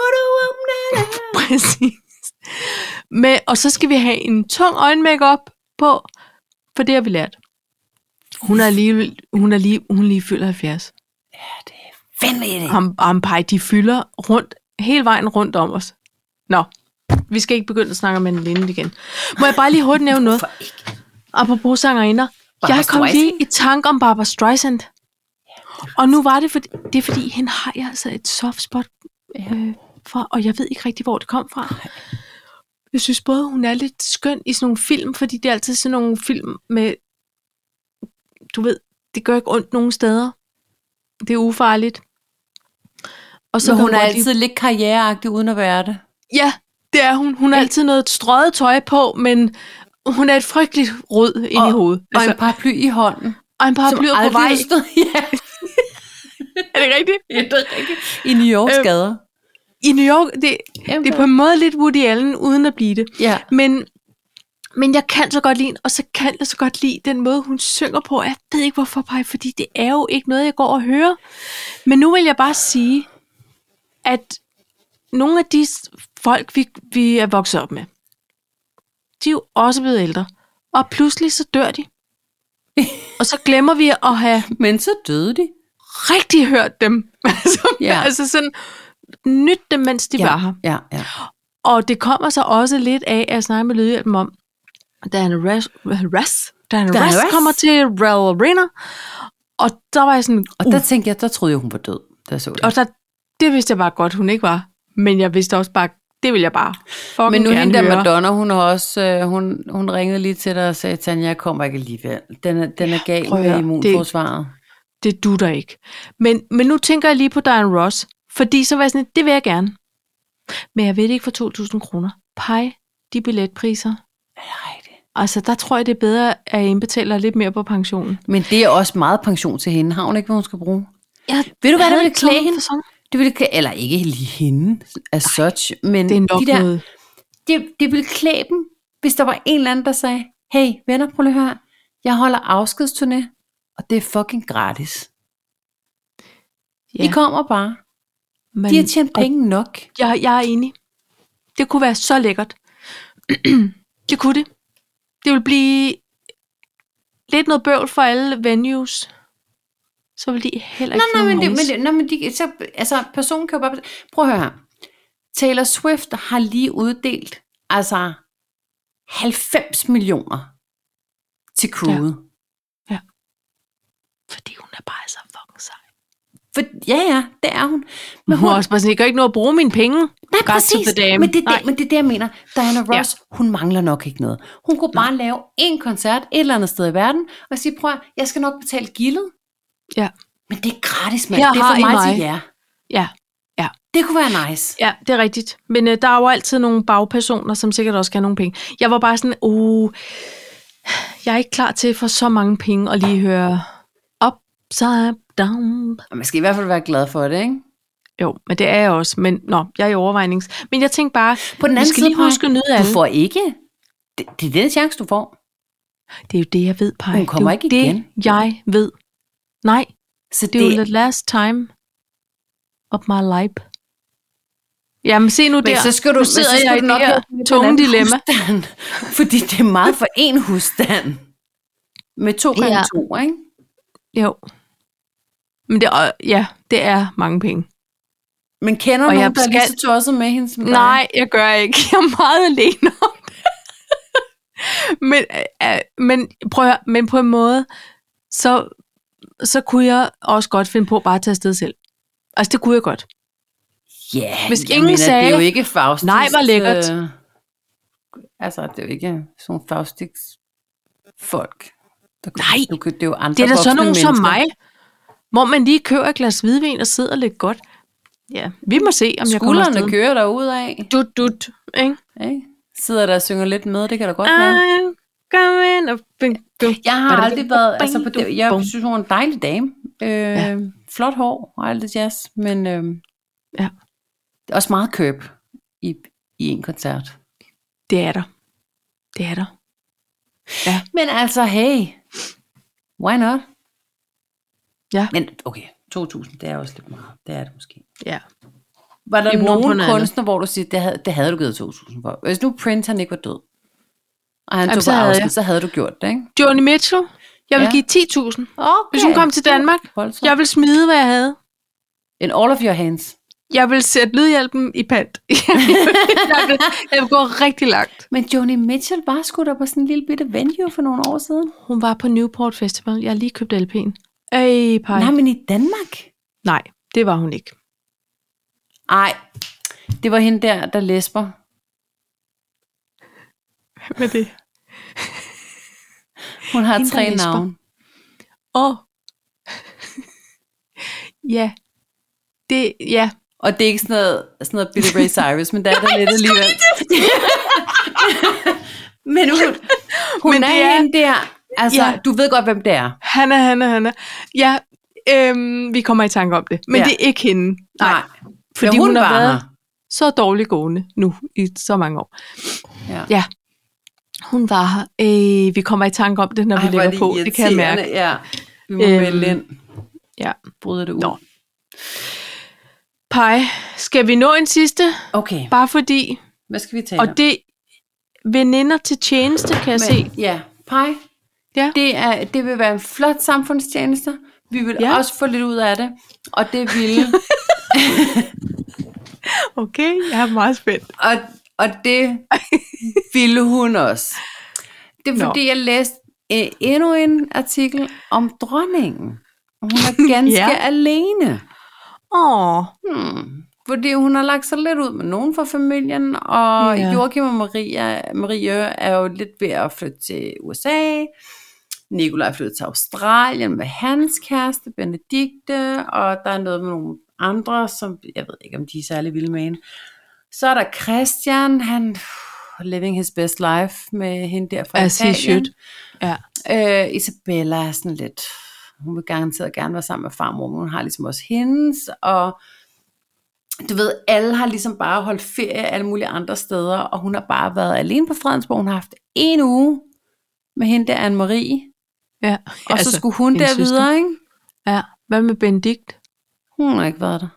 Præcis. Med, og så skal vi have en tung øjenmakeup på, for det har vi lært. Hun er lige, hun er lige, hun lige fylder halvfjerds. Ja, det er vanvittigt. Ham, ham Paj, de fylder rundt, hele vejen rundt om os. Nå, vi skal ikke begynde at snakke om Anne Linde igen. Må jeg bare lige hurtigt nævne noget? Apropos sangerinder. Jeg kom lige i tanke om Barbra Streisand. Og nu var det, fordi, det er fordi, hende har jeg altså et soft spot øh, for, og jeg ved ikke rigtig, hvor det kom fra. Jeg synes både, hun er lidt skøn i sådan nogle film, fordi det er altid sådan nogle film med, du ved, det gør ikke ondt nogen steder. Det er ufarligt. Og så hun er altid lige... lidt karriereagtig, uden at være det. Ja, det er hun. Hun har altid noget strøget tøj på, men hun er et frygteligt rød ind og, i hovedet. Altså, og en paraply i hånden. Og en paraply på vej. Ja. Er det rigtigt? Ja, det er rigtigt. I New Yorks øhm, gader. I New York, det, det er på en måde lidt Woody Allen, uden at blive det. Ja. Men, men jeg kan så godt lide, og så kan jeg så godt lide den måde, hun synger på. Jeg ved ikke hvorfor, Paj, fordi det er jo ikke noget, jeg går og hører. Men nu vil jeg bare sige, at nogle af de folk, vi, vi er vokset op med, de er jo også blevet ældre. Og pludselig så dør de. Og så glemmer vi at have... Men så døde de. Rigtig hørt dem. altså, ja. altså sådan... nyt dem, mens de ja, var her. Ja, ja. Og det kommer så også lidt af, at jeg snakker med Lydhjælpen om, Diana Ross, Ross, Diana Diana Ross kommer til Rel Arena, og der var jeg sådan... Uh. Og der tænkte jeg, der troede jeg, hun var død, da jeg så det. Og der, det vidste jeg bare godt, hun ikke var. Men jeg vidste også bare, det vil jeg bare fucking Men nu hende der høre. Madonna, hun har også, øh, hun, hun ringede lige til dig og sagde, Tanja, jeg kommer ikke alligevel. Den er, den er gal ja, med immunforsvaret. Det, det dutter ikke. Men, men nu tænker jeg lige på Diana Ross, fordi så var jeg sådan, det vil jeg gerne. Men jeg ved det ikke for to tusind kroner. Pej, de billetpriser. Er det rigtigt? Altså, der tror jeg, det er bedre, at jeg indbetaler lidt mere på pensionen. Men det er også meget pension til hende. Har hun ikke, hvad hun skal bruge? Jeg ved du, hvad der ville klæde hende? Fasong. Det ville klæde, eller ikke lige hende, as such, men det er nok de der, noget. Det, det ville klæde dem, hvis der var en eller anden, der sagde, hey, venner, prøv lige at høre. Jeg holder afskedsturné, og det er fucking gratis. Ja. I kommer bare. Men, de har tjent penge nok. Jeg, jeg er enig. Det kunne være så lækkert. Det kunne det. Det vil blive lidt noget bøvl for alle venues. Så vil de heller ikke nej, nej, men det, nice. men det, nej, men de, så, altså, personen kan jo bare... Prøv at høre her. Taylor Swift har lige uddelt altså halvfems millioner til crewet. Ja. ja. Fordi hun er bare så fucking sej. For, ja, ja, det er hun. Men hun, hun også bare sådan, jeg kan ikke nå at bruge mine penge. Nej, præcis. Men det, det, men det er det, jeg mener. Diana Ross, ja. hun mangler nok ikke noget. Hun kunne bare Nej. lave en koncert et eller andet sted i verden, og sige, prøv at, jeg skal nok betale gildet. Ja. Men det er gratis, mand. Det er for mig, mig til jer. Ja. ja. Det kunne være nice. Ja, det er rigtigt. Men øh, der er jo altid nogle bagpersoner, som sikkert også kan have nogle penge. Jeg var bare sådan, oh, jeg er ikke klar til for så mange penge at lige høre upside down. Man skal i hvert fald være glad for det, ikke? Jo, men det er jeg også. Men nå, jeg er i overvejnings. Men jeg tænkte bare, på den anden vi skal side, lige huske at nyde alle. Du får ikke. Det, det er den chance, du får. Det er jo det, jeg ved, Paj. Hun kommer ikke det, igen. Det, jeg ved. Nej, så det er det... jo the last time of my life. Jamen se nu men der, så skal du, nu sidder så skal jeg du i nok det her tunge dilemma. Husstand, fordi det er meget for en husstand. Med to gange ja. to, ikke? Jo. Men det er, ja, det er mange penge. Men kender du nogen, der er lige så tosset med hende som dig? Nej, jeg gør ikke. Jeg er meget alene om det. men, øh, men, prøv at, men på en måde, så, så kunne jeg også godt finde på bare at tage afsted selv. Altså, det kunne jeg godt. Ja, yeah, hvis ingen mener, sagde, det er jo ikke Faustix. Nej, var lækkert. Øh, altså, det er jo ikke sådan Faustix folk. Der, Nej, du, det er jo andre det er da sådan nogen mennesker. som mig, hvor man lige køber et glas hvidvin og sidder lidt godt. Ja, vi må se, om jeg kommer afsted. Skuldrene kører derudad. Dut, dut, ikke? Okay. Sidder der og synger lidt med, det kan da godt være. Jeg har aldrig været, altså på det, jeg synes, hun er en dejlig dame. Øh, ja. Flot hår og alt det jazz, men øh, ja. det er også meget køb i, i en koncert. Det er der. Det er der. Ja. Men altså, hey, why not? Ja. Men okay, to tusind, det er også lidt meget. Det er det måske. Ja. Var der nogen kunstner, hvor du siger, det havde, det havde du givet to tusind for? Hvis nu Prince, han ikke var død, og han Jamen, tog på afsked, så havde du gjort det, ikke? Joni Mitchell, jeg vil ja. give ti tusind. Okay. Hvis hun kom til Danmark, jeg vil smide, hvad jeg havde. In all of your hands. Jeg vil sætte lydhjælpen i pant. jeg, vil, jeg vil gå rigtig langt. Men Joni Mitchell var sgu da på sådan en lille bitte venue for nogle år siden. Hun var på Newport Festival. Jeg har lige købt L P'en. Ej, Paj. Nej, men i Danmark? Nej, det var hun ikke. Ej, det var hende der, der læsper. Hvad er det? Hun har hende, tre navne. Åh. Oh. ja. Det, ja. Og det er ikke sådan noget, sådan noget Billy Ray Cyrus, men der er der lidt alligevel. men hun, hun men er, er hende der. Altså, ja. Du ved godt, hvem det er. Han er, han er, han er. Ja, øhm, vi kommer i tanke om det. Men ja. Det er ikke hende. Nej. Nej. Fordi ja, hun, hun har været her. Så dårlig gående nu i så mange år. Ja. ja. Hun var her. Øh, vi kommer i tanke om det, når Ej, vi lægger på. Det kan jeg mærke. Ja. Vi må øhm, melde ind. Ja. Bryder det ud. Nå. Pej, skal vi nå en sidste? Okay. Bare fordi. Hvad skal vi tale Og det veninder til tjeneste, kan jeg Men, se. Ja, Pej. Ja. Det, er, det vil være en flot samfundstjeneste. Vi vil ja. også få lidt ud af det. Og det vil... okay, jeg er meget spændt. Og, og det ville hun også. Det er fordi, Nå. jeg læste øh, endnu en artikel om dronningen. Hun er ganske ja. alene. Åh. Hmm. Fordi hun har lagt sig lidt ud med nogen fra familien, og ja. Joachim og Maria, Marie er jo lidt ved at flytte til U S A. Nikolaj er flyttet til Australien med hans kæreste, Benedikte, og der er noget med nogle andre, som jeg ved ikke, om de er særlig vilde med hende. Så er der Christian, han living his best life med hende der fra As Italien. Ja. Øh, Isabella er sådan lidt, hun vil garanteret gerne være sammen med farmor, men hun har ligesom også hendes, og du ved, alle har ligesom bare holdt ferie alle mulige andre steder, og hun har bare været alene på Fredensborg. Hun har haft en uge med hende der, Anne-Marie. Ja, og altså, så skulle hun der søster. videre, ikke? Ja, hvad med Benedikt? Hun har ikke været der.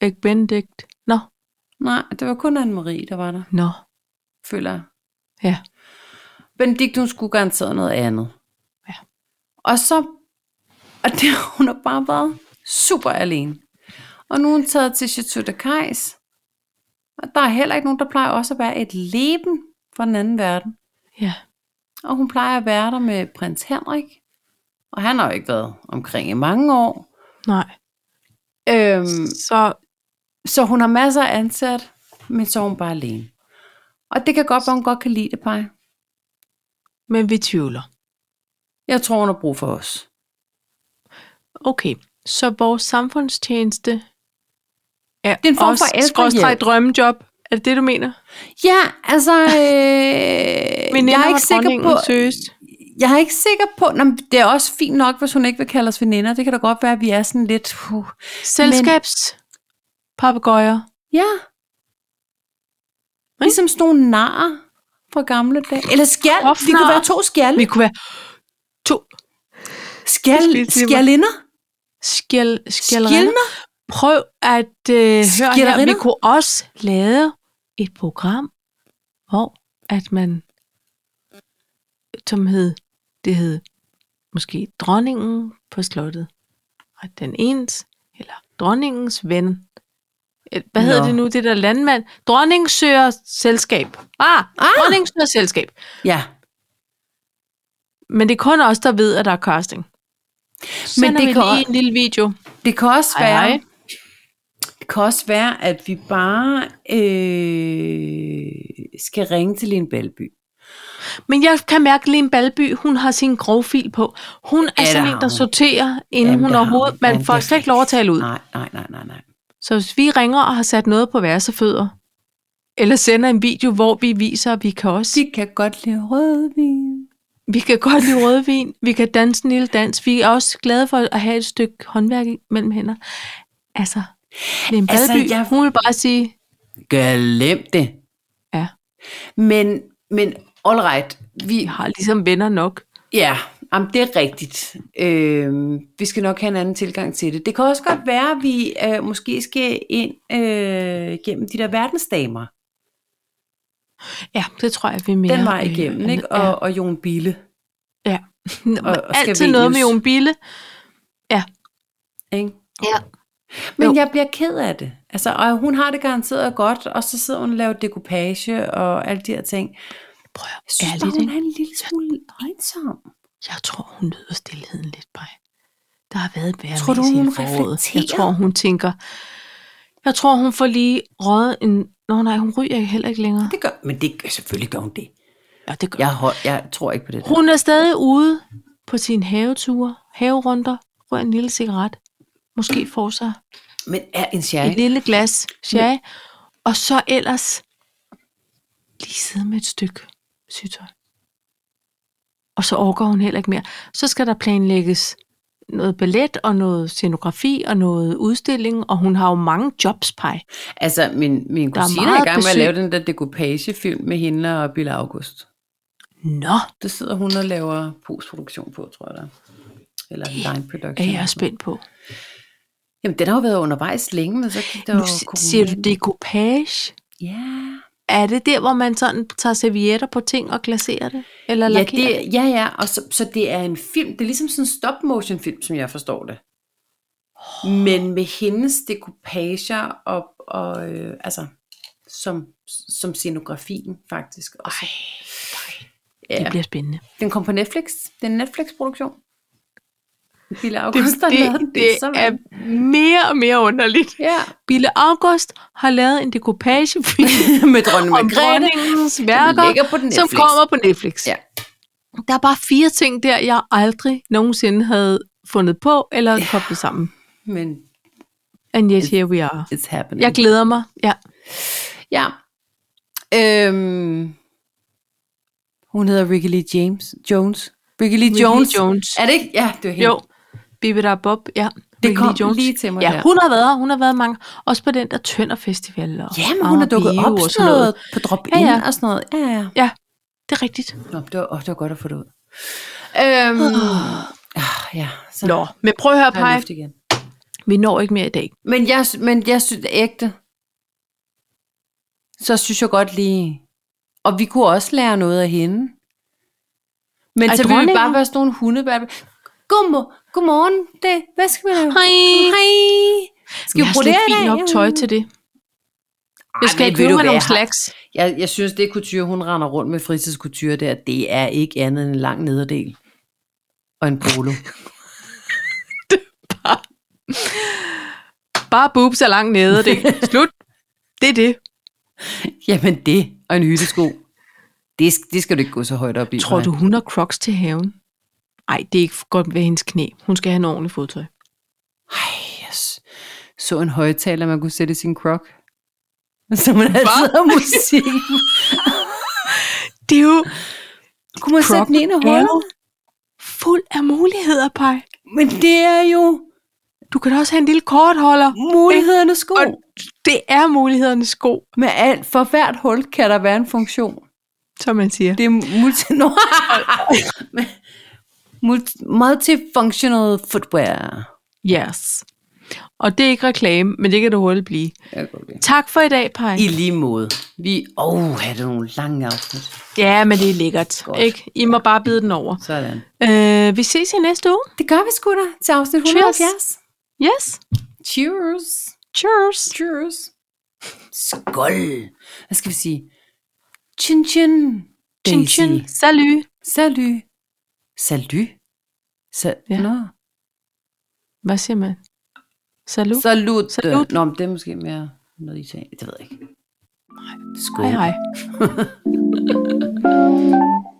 Egg Benedict. Nå. Nej, det var kun Anne-Marie, der var der. Nå. Føler jeg. Ja. Benedikt, hun skulle garanteret noget andet. Ja. Og så, og det, hun har bare været super alene. Og nu er hun taget til Chateau de Cais. Og der er heller ikke nogen, der plejer også at være et leben fra den anden verden. Ja. Og hun plejer at være der med prins Henrik. Og han har jo ikke været omkring i mange år. Nej. Øhm, Så, så hun har masser af ansat, men så er hun bare alene. Og det kan godt være, hun godt kan lide det, Paj. men vi tvivler. Jeg tror, hun har brug for os. Okay, så vores samfundstjeneste er, Det er en form også for ældrehjælp. skråstreg drømmejob. Er det det, du mener? Ja, altså... Øh, Veninder, jeg er hvor ikke sikker dronningen på... søges. Jeg er ikke sikker på... Nå, det er også fint nok, hvis hun ikke vil kalde os veninder. Det kan da godt være, at vi er sådan lidt... Uh, Selskabspapegøjer. ja. Ligesom sådan nogle narer fra gamle dage. Eller skjald. Hofnar. Vi kunne være to skjalde. Vi kunne være to Skjald, skjaldinder. skjald, skjaldrinder. Skjaldner. Prøv at øh, høre her. Vi Skjaldrinder. kunne også lave et program, hvor at man, som hed, det hed måske dronningen på slottet, og den ens, eller dronningens ven. Hvad hedder Nå. det nu, det der landmand? Dronningen søger selskab. Ah, Ah. dronningen søger selskab. Ja. Men det er kun os, der ved, at der er casting. Så Men det vi kan lige også- en lille video. Det kan også Hej, være... hej. Det kan også være, at vi bare øh, skal ringe til Lene Balby. Men jeg kan mærke, at Lene Balby, hun har sin grovfil på. Hun er Ja, det sådan har en, der hun. sorterer, inden Jamen, hun det har overhovedet... hun. Man Jamen, får det er slet ikke lov at tale ud. Nej, nej, nej, nej, nej. Så hvis vi ringer og har sat noget på værsefødder, eller sender en video, hvor vi viser, at vi kan også... De kan godt lide rødvin. Vi kan godt lide rødvin, vi kan danse en lille dans. Vi er også glade for at have et stykke håndværk mellem hænder. Altså, Lene Balby, Altså, altså, jeg- jeg... hun vil bare sige... Glem det. Ja, Men, men all right. Vi, vi har ligesom venner nok. ja, jamen, det er rigtigt. Øh, vi skal nok have en anden tilgang til det. Det kan også godt være, at vi øh, måske skal ind øh, gennem de der verdensdamer. Ja, det tror jeg, vi er mere... Den vej øh, igennem, ikke? Ja. Og, og Jon Bille. Ja, og altid Scavenius. noget med Jon Bille. Ikke? Ja. Men Jo. jeg bliver ked af det. Altså, og hun har det garanteret godt, og så sidder hun og laver decoupage og alle de her ting. Prøv Jeg at synes ærligt, bare, hun ikke? er en lille smule ensom. Jeg tror, hun nyder stillheden lidt, Paj. Der har været et Tror du, vejrmæs hun hele foråret. Jeg reflekterer? tror, hun tænker... Jeg tror, hun får lige røget en... Nå nej, hun ryger heller ikke længere. Det gør, men det, selvfølgelig gør hun det. Ja, det gør Jeg, hold, jeg tror ikke på det der. Hun er stadig ude på sine haveture, haverunder, rører en lille cigaret. Måske får sig Men er en et sherry? lille glas sherry. Og så ellers lige sidde med et stykke sygtøj. Og så overgår hun heller ikke mere. Så skal der planlægges noget ballet og noget scenografi og noget udstilling, og hun har jo mange jobs, Paj. Altså, min, min Der er kusine er, meget i gang med at besøg. lave den der decoupagefilm med hende og Bille August. Nå, Det sidder hun og laver postproduktion på, tror jeg der. Eller line production. er jeg spændt på. Jamen, den har jo været undervejs længe, men så gik der Nu jo s- corona. siger du decoupage? Ja. Er det der, hvor man sådan tager servietter på ting og glaserer det? Eller Ja, lakerer det? det, ja, ja, og så, så det er en film, det er ligesom sådan en stop-motion film, som jeg forstår det. Men med hendes dekoupager og, og øh, altså, som, som scenografien faktisk. Og så, Det ja. bliver spændende. Den kom på Netflix. Det er en Netflix-produktion. Bille August Det, har det, lavet den. det så er mere og mere underligt. Ja. Bille August har lavet en decoupagefilm Med dronning om Margrethe. dronningens ligger værker, på Netflix. som kommer på Netflix. Ja. Der er bare fire ting der, jeg aldrig nogensinde havde fundet på, eller ja. koblet sammen. Men And yet here we are. it's happening. Jeg glæder mig. Ja. Ja. Øhm, hun hedder Ricky Lee James. Jones. Ricky Lee Ricky Jones. Jones. Er det ikke? Ja, det var hende. Jo. Bibida Bob, ja. Det Ricky kom Lee Jones. lige til mig Ja, der. hun har været her. Hun har været mange. Også på den der Tønder Festival. Og Ja, men hun er dukket Amager op Bio og sådan noget på drop-in Ja, ja. og sådan noget. Ja, ja. Ja, det er rigtigt. Nå, det var, åh, det var godt at få det ud. Øhm, ah, ja, så Nå, men prøv at høre, har jeg Paj. luft igen. Vi når ikke mere i dag. Men jeg, men jeg synes ægte, så synes jeg godt lige, og vi kunne også lære noget af hende. Men Ej, så ville vi bare være sådan nogle hundebærbe. Godmorgen, godmorgen, det, hvad skal vi lave? Hej. Hej. Skal vi bruge det fint nok tøj til det. Jeg skal købe mig nogle slacks. Jeg, jeg synes, det couture, hun render rundt med fritidscouture der, det er ikke andet end en lang nederdel. Og en polo. Det er bare... Bare boobs er langt nederdel. Slut. Det er det. Jamen det, og en hyttesko. Det, det skal du ikke gå så højt op i. Tror du, hun har Crocs til haven? Ej, det er ikke godt ved hendes knæ. Hun skal have en ordentlig fodtøj. Ej, yes. Så en højtaler, man kunne sætte i sin Croc. Så man altid har musik. Det er jo... Kunne man sætte den ind og holde? Fuld af muligheder, Paj. Men det er jo... Du kan da også have en lille kortholder. Mulighedernes sko. Og det er mulighedernes sko. Med alt, for hvert hul kan der være en funktion. Som man siger. Det er multi... No. multi... multifunctional footwear. Yes. Og det er ikke reklame, men det kan du hurtigt blive. Tak for i dag, Paj. I lige måde. Vi... Åh, oh, havde det nogle lange afsnit. Ja, men det er lækkert. Ikke? I må bare bide den over. Sådan. Øh, vi ses i næste uge. Det gør vi sgu da til afsnit et hundrede og halvfjerds. Yes. Cheers. Cheers. Cheers. Skål. Hvad skal vi sige? Chin chin. Chin chin. Salut. Salut. Salut. Sa- ja. Nå. Hvad siger man? Salut. Salut. Salut. Nå, men det er måske mere noget i tag. Det ved jeg ikke. Nej. Skål. Hej hej.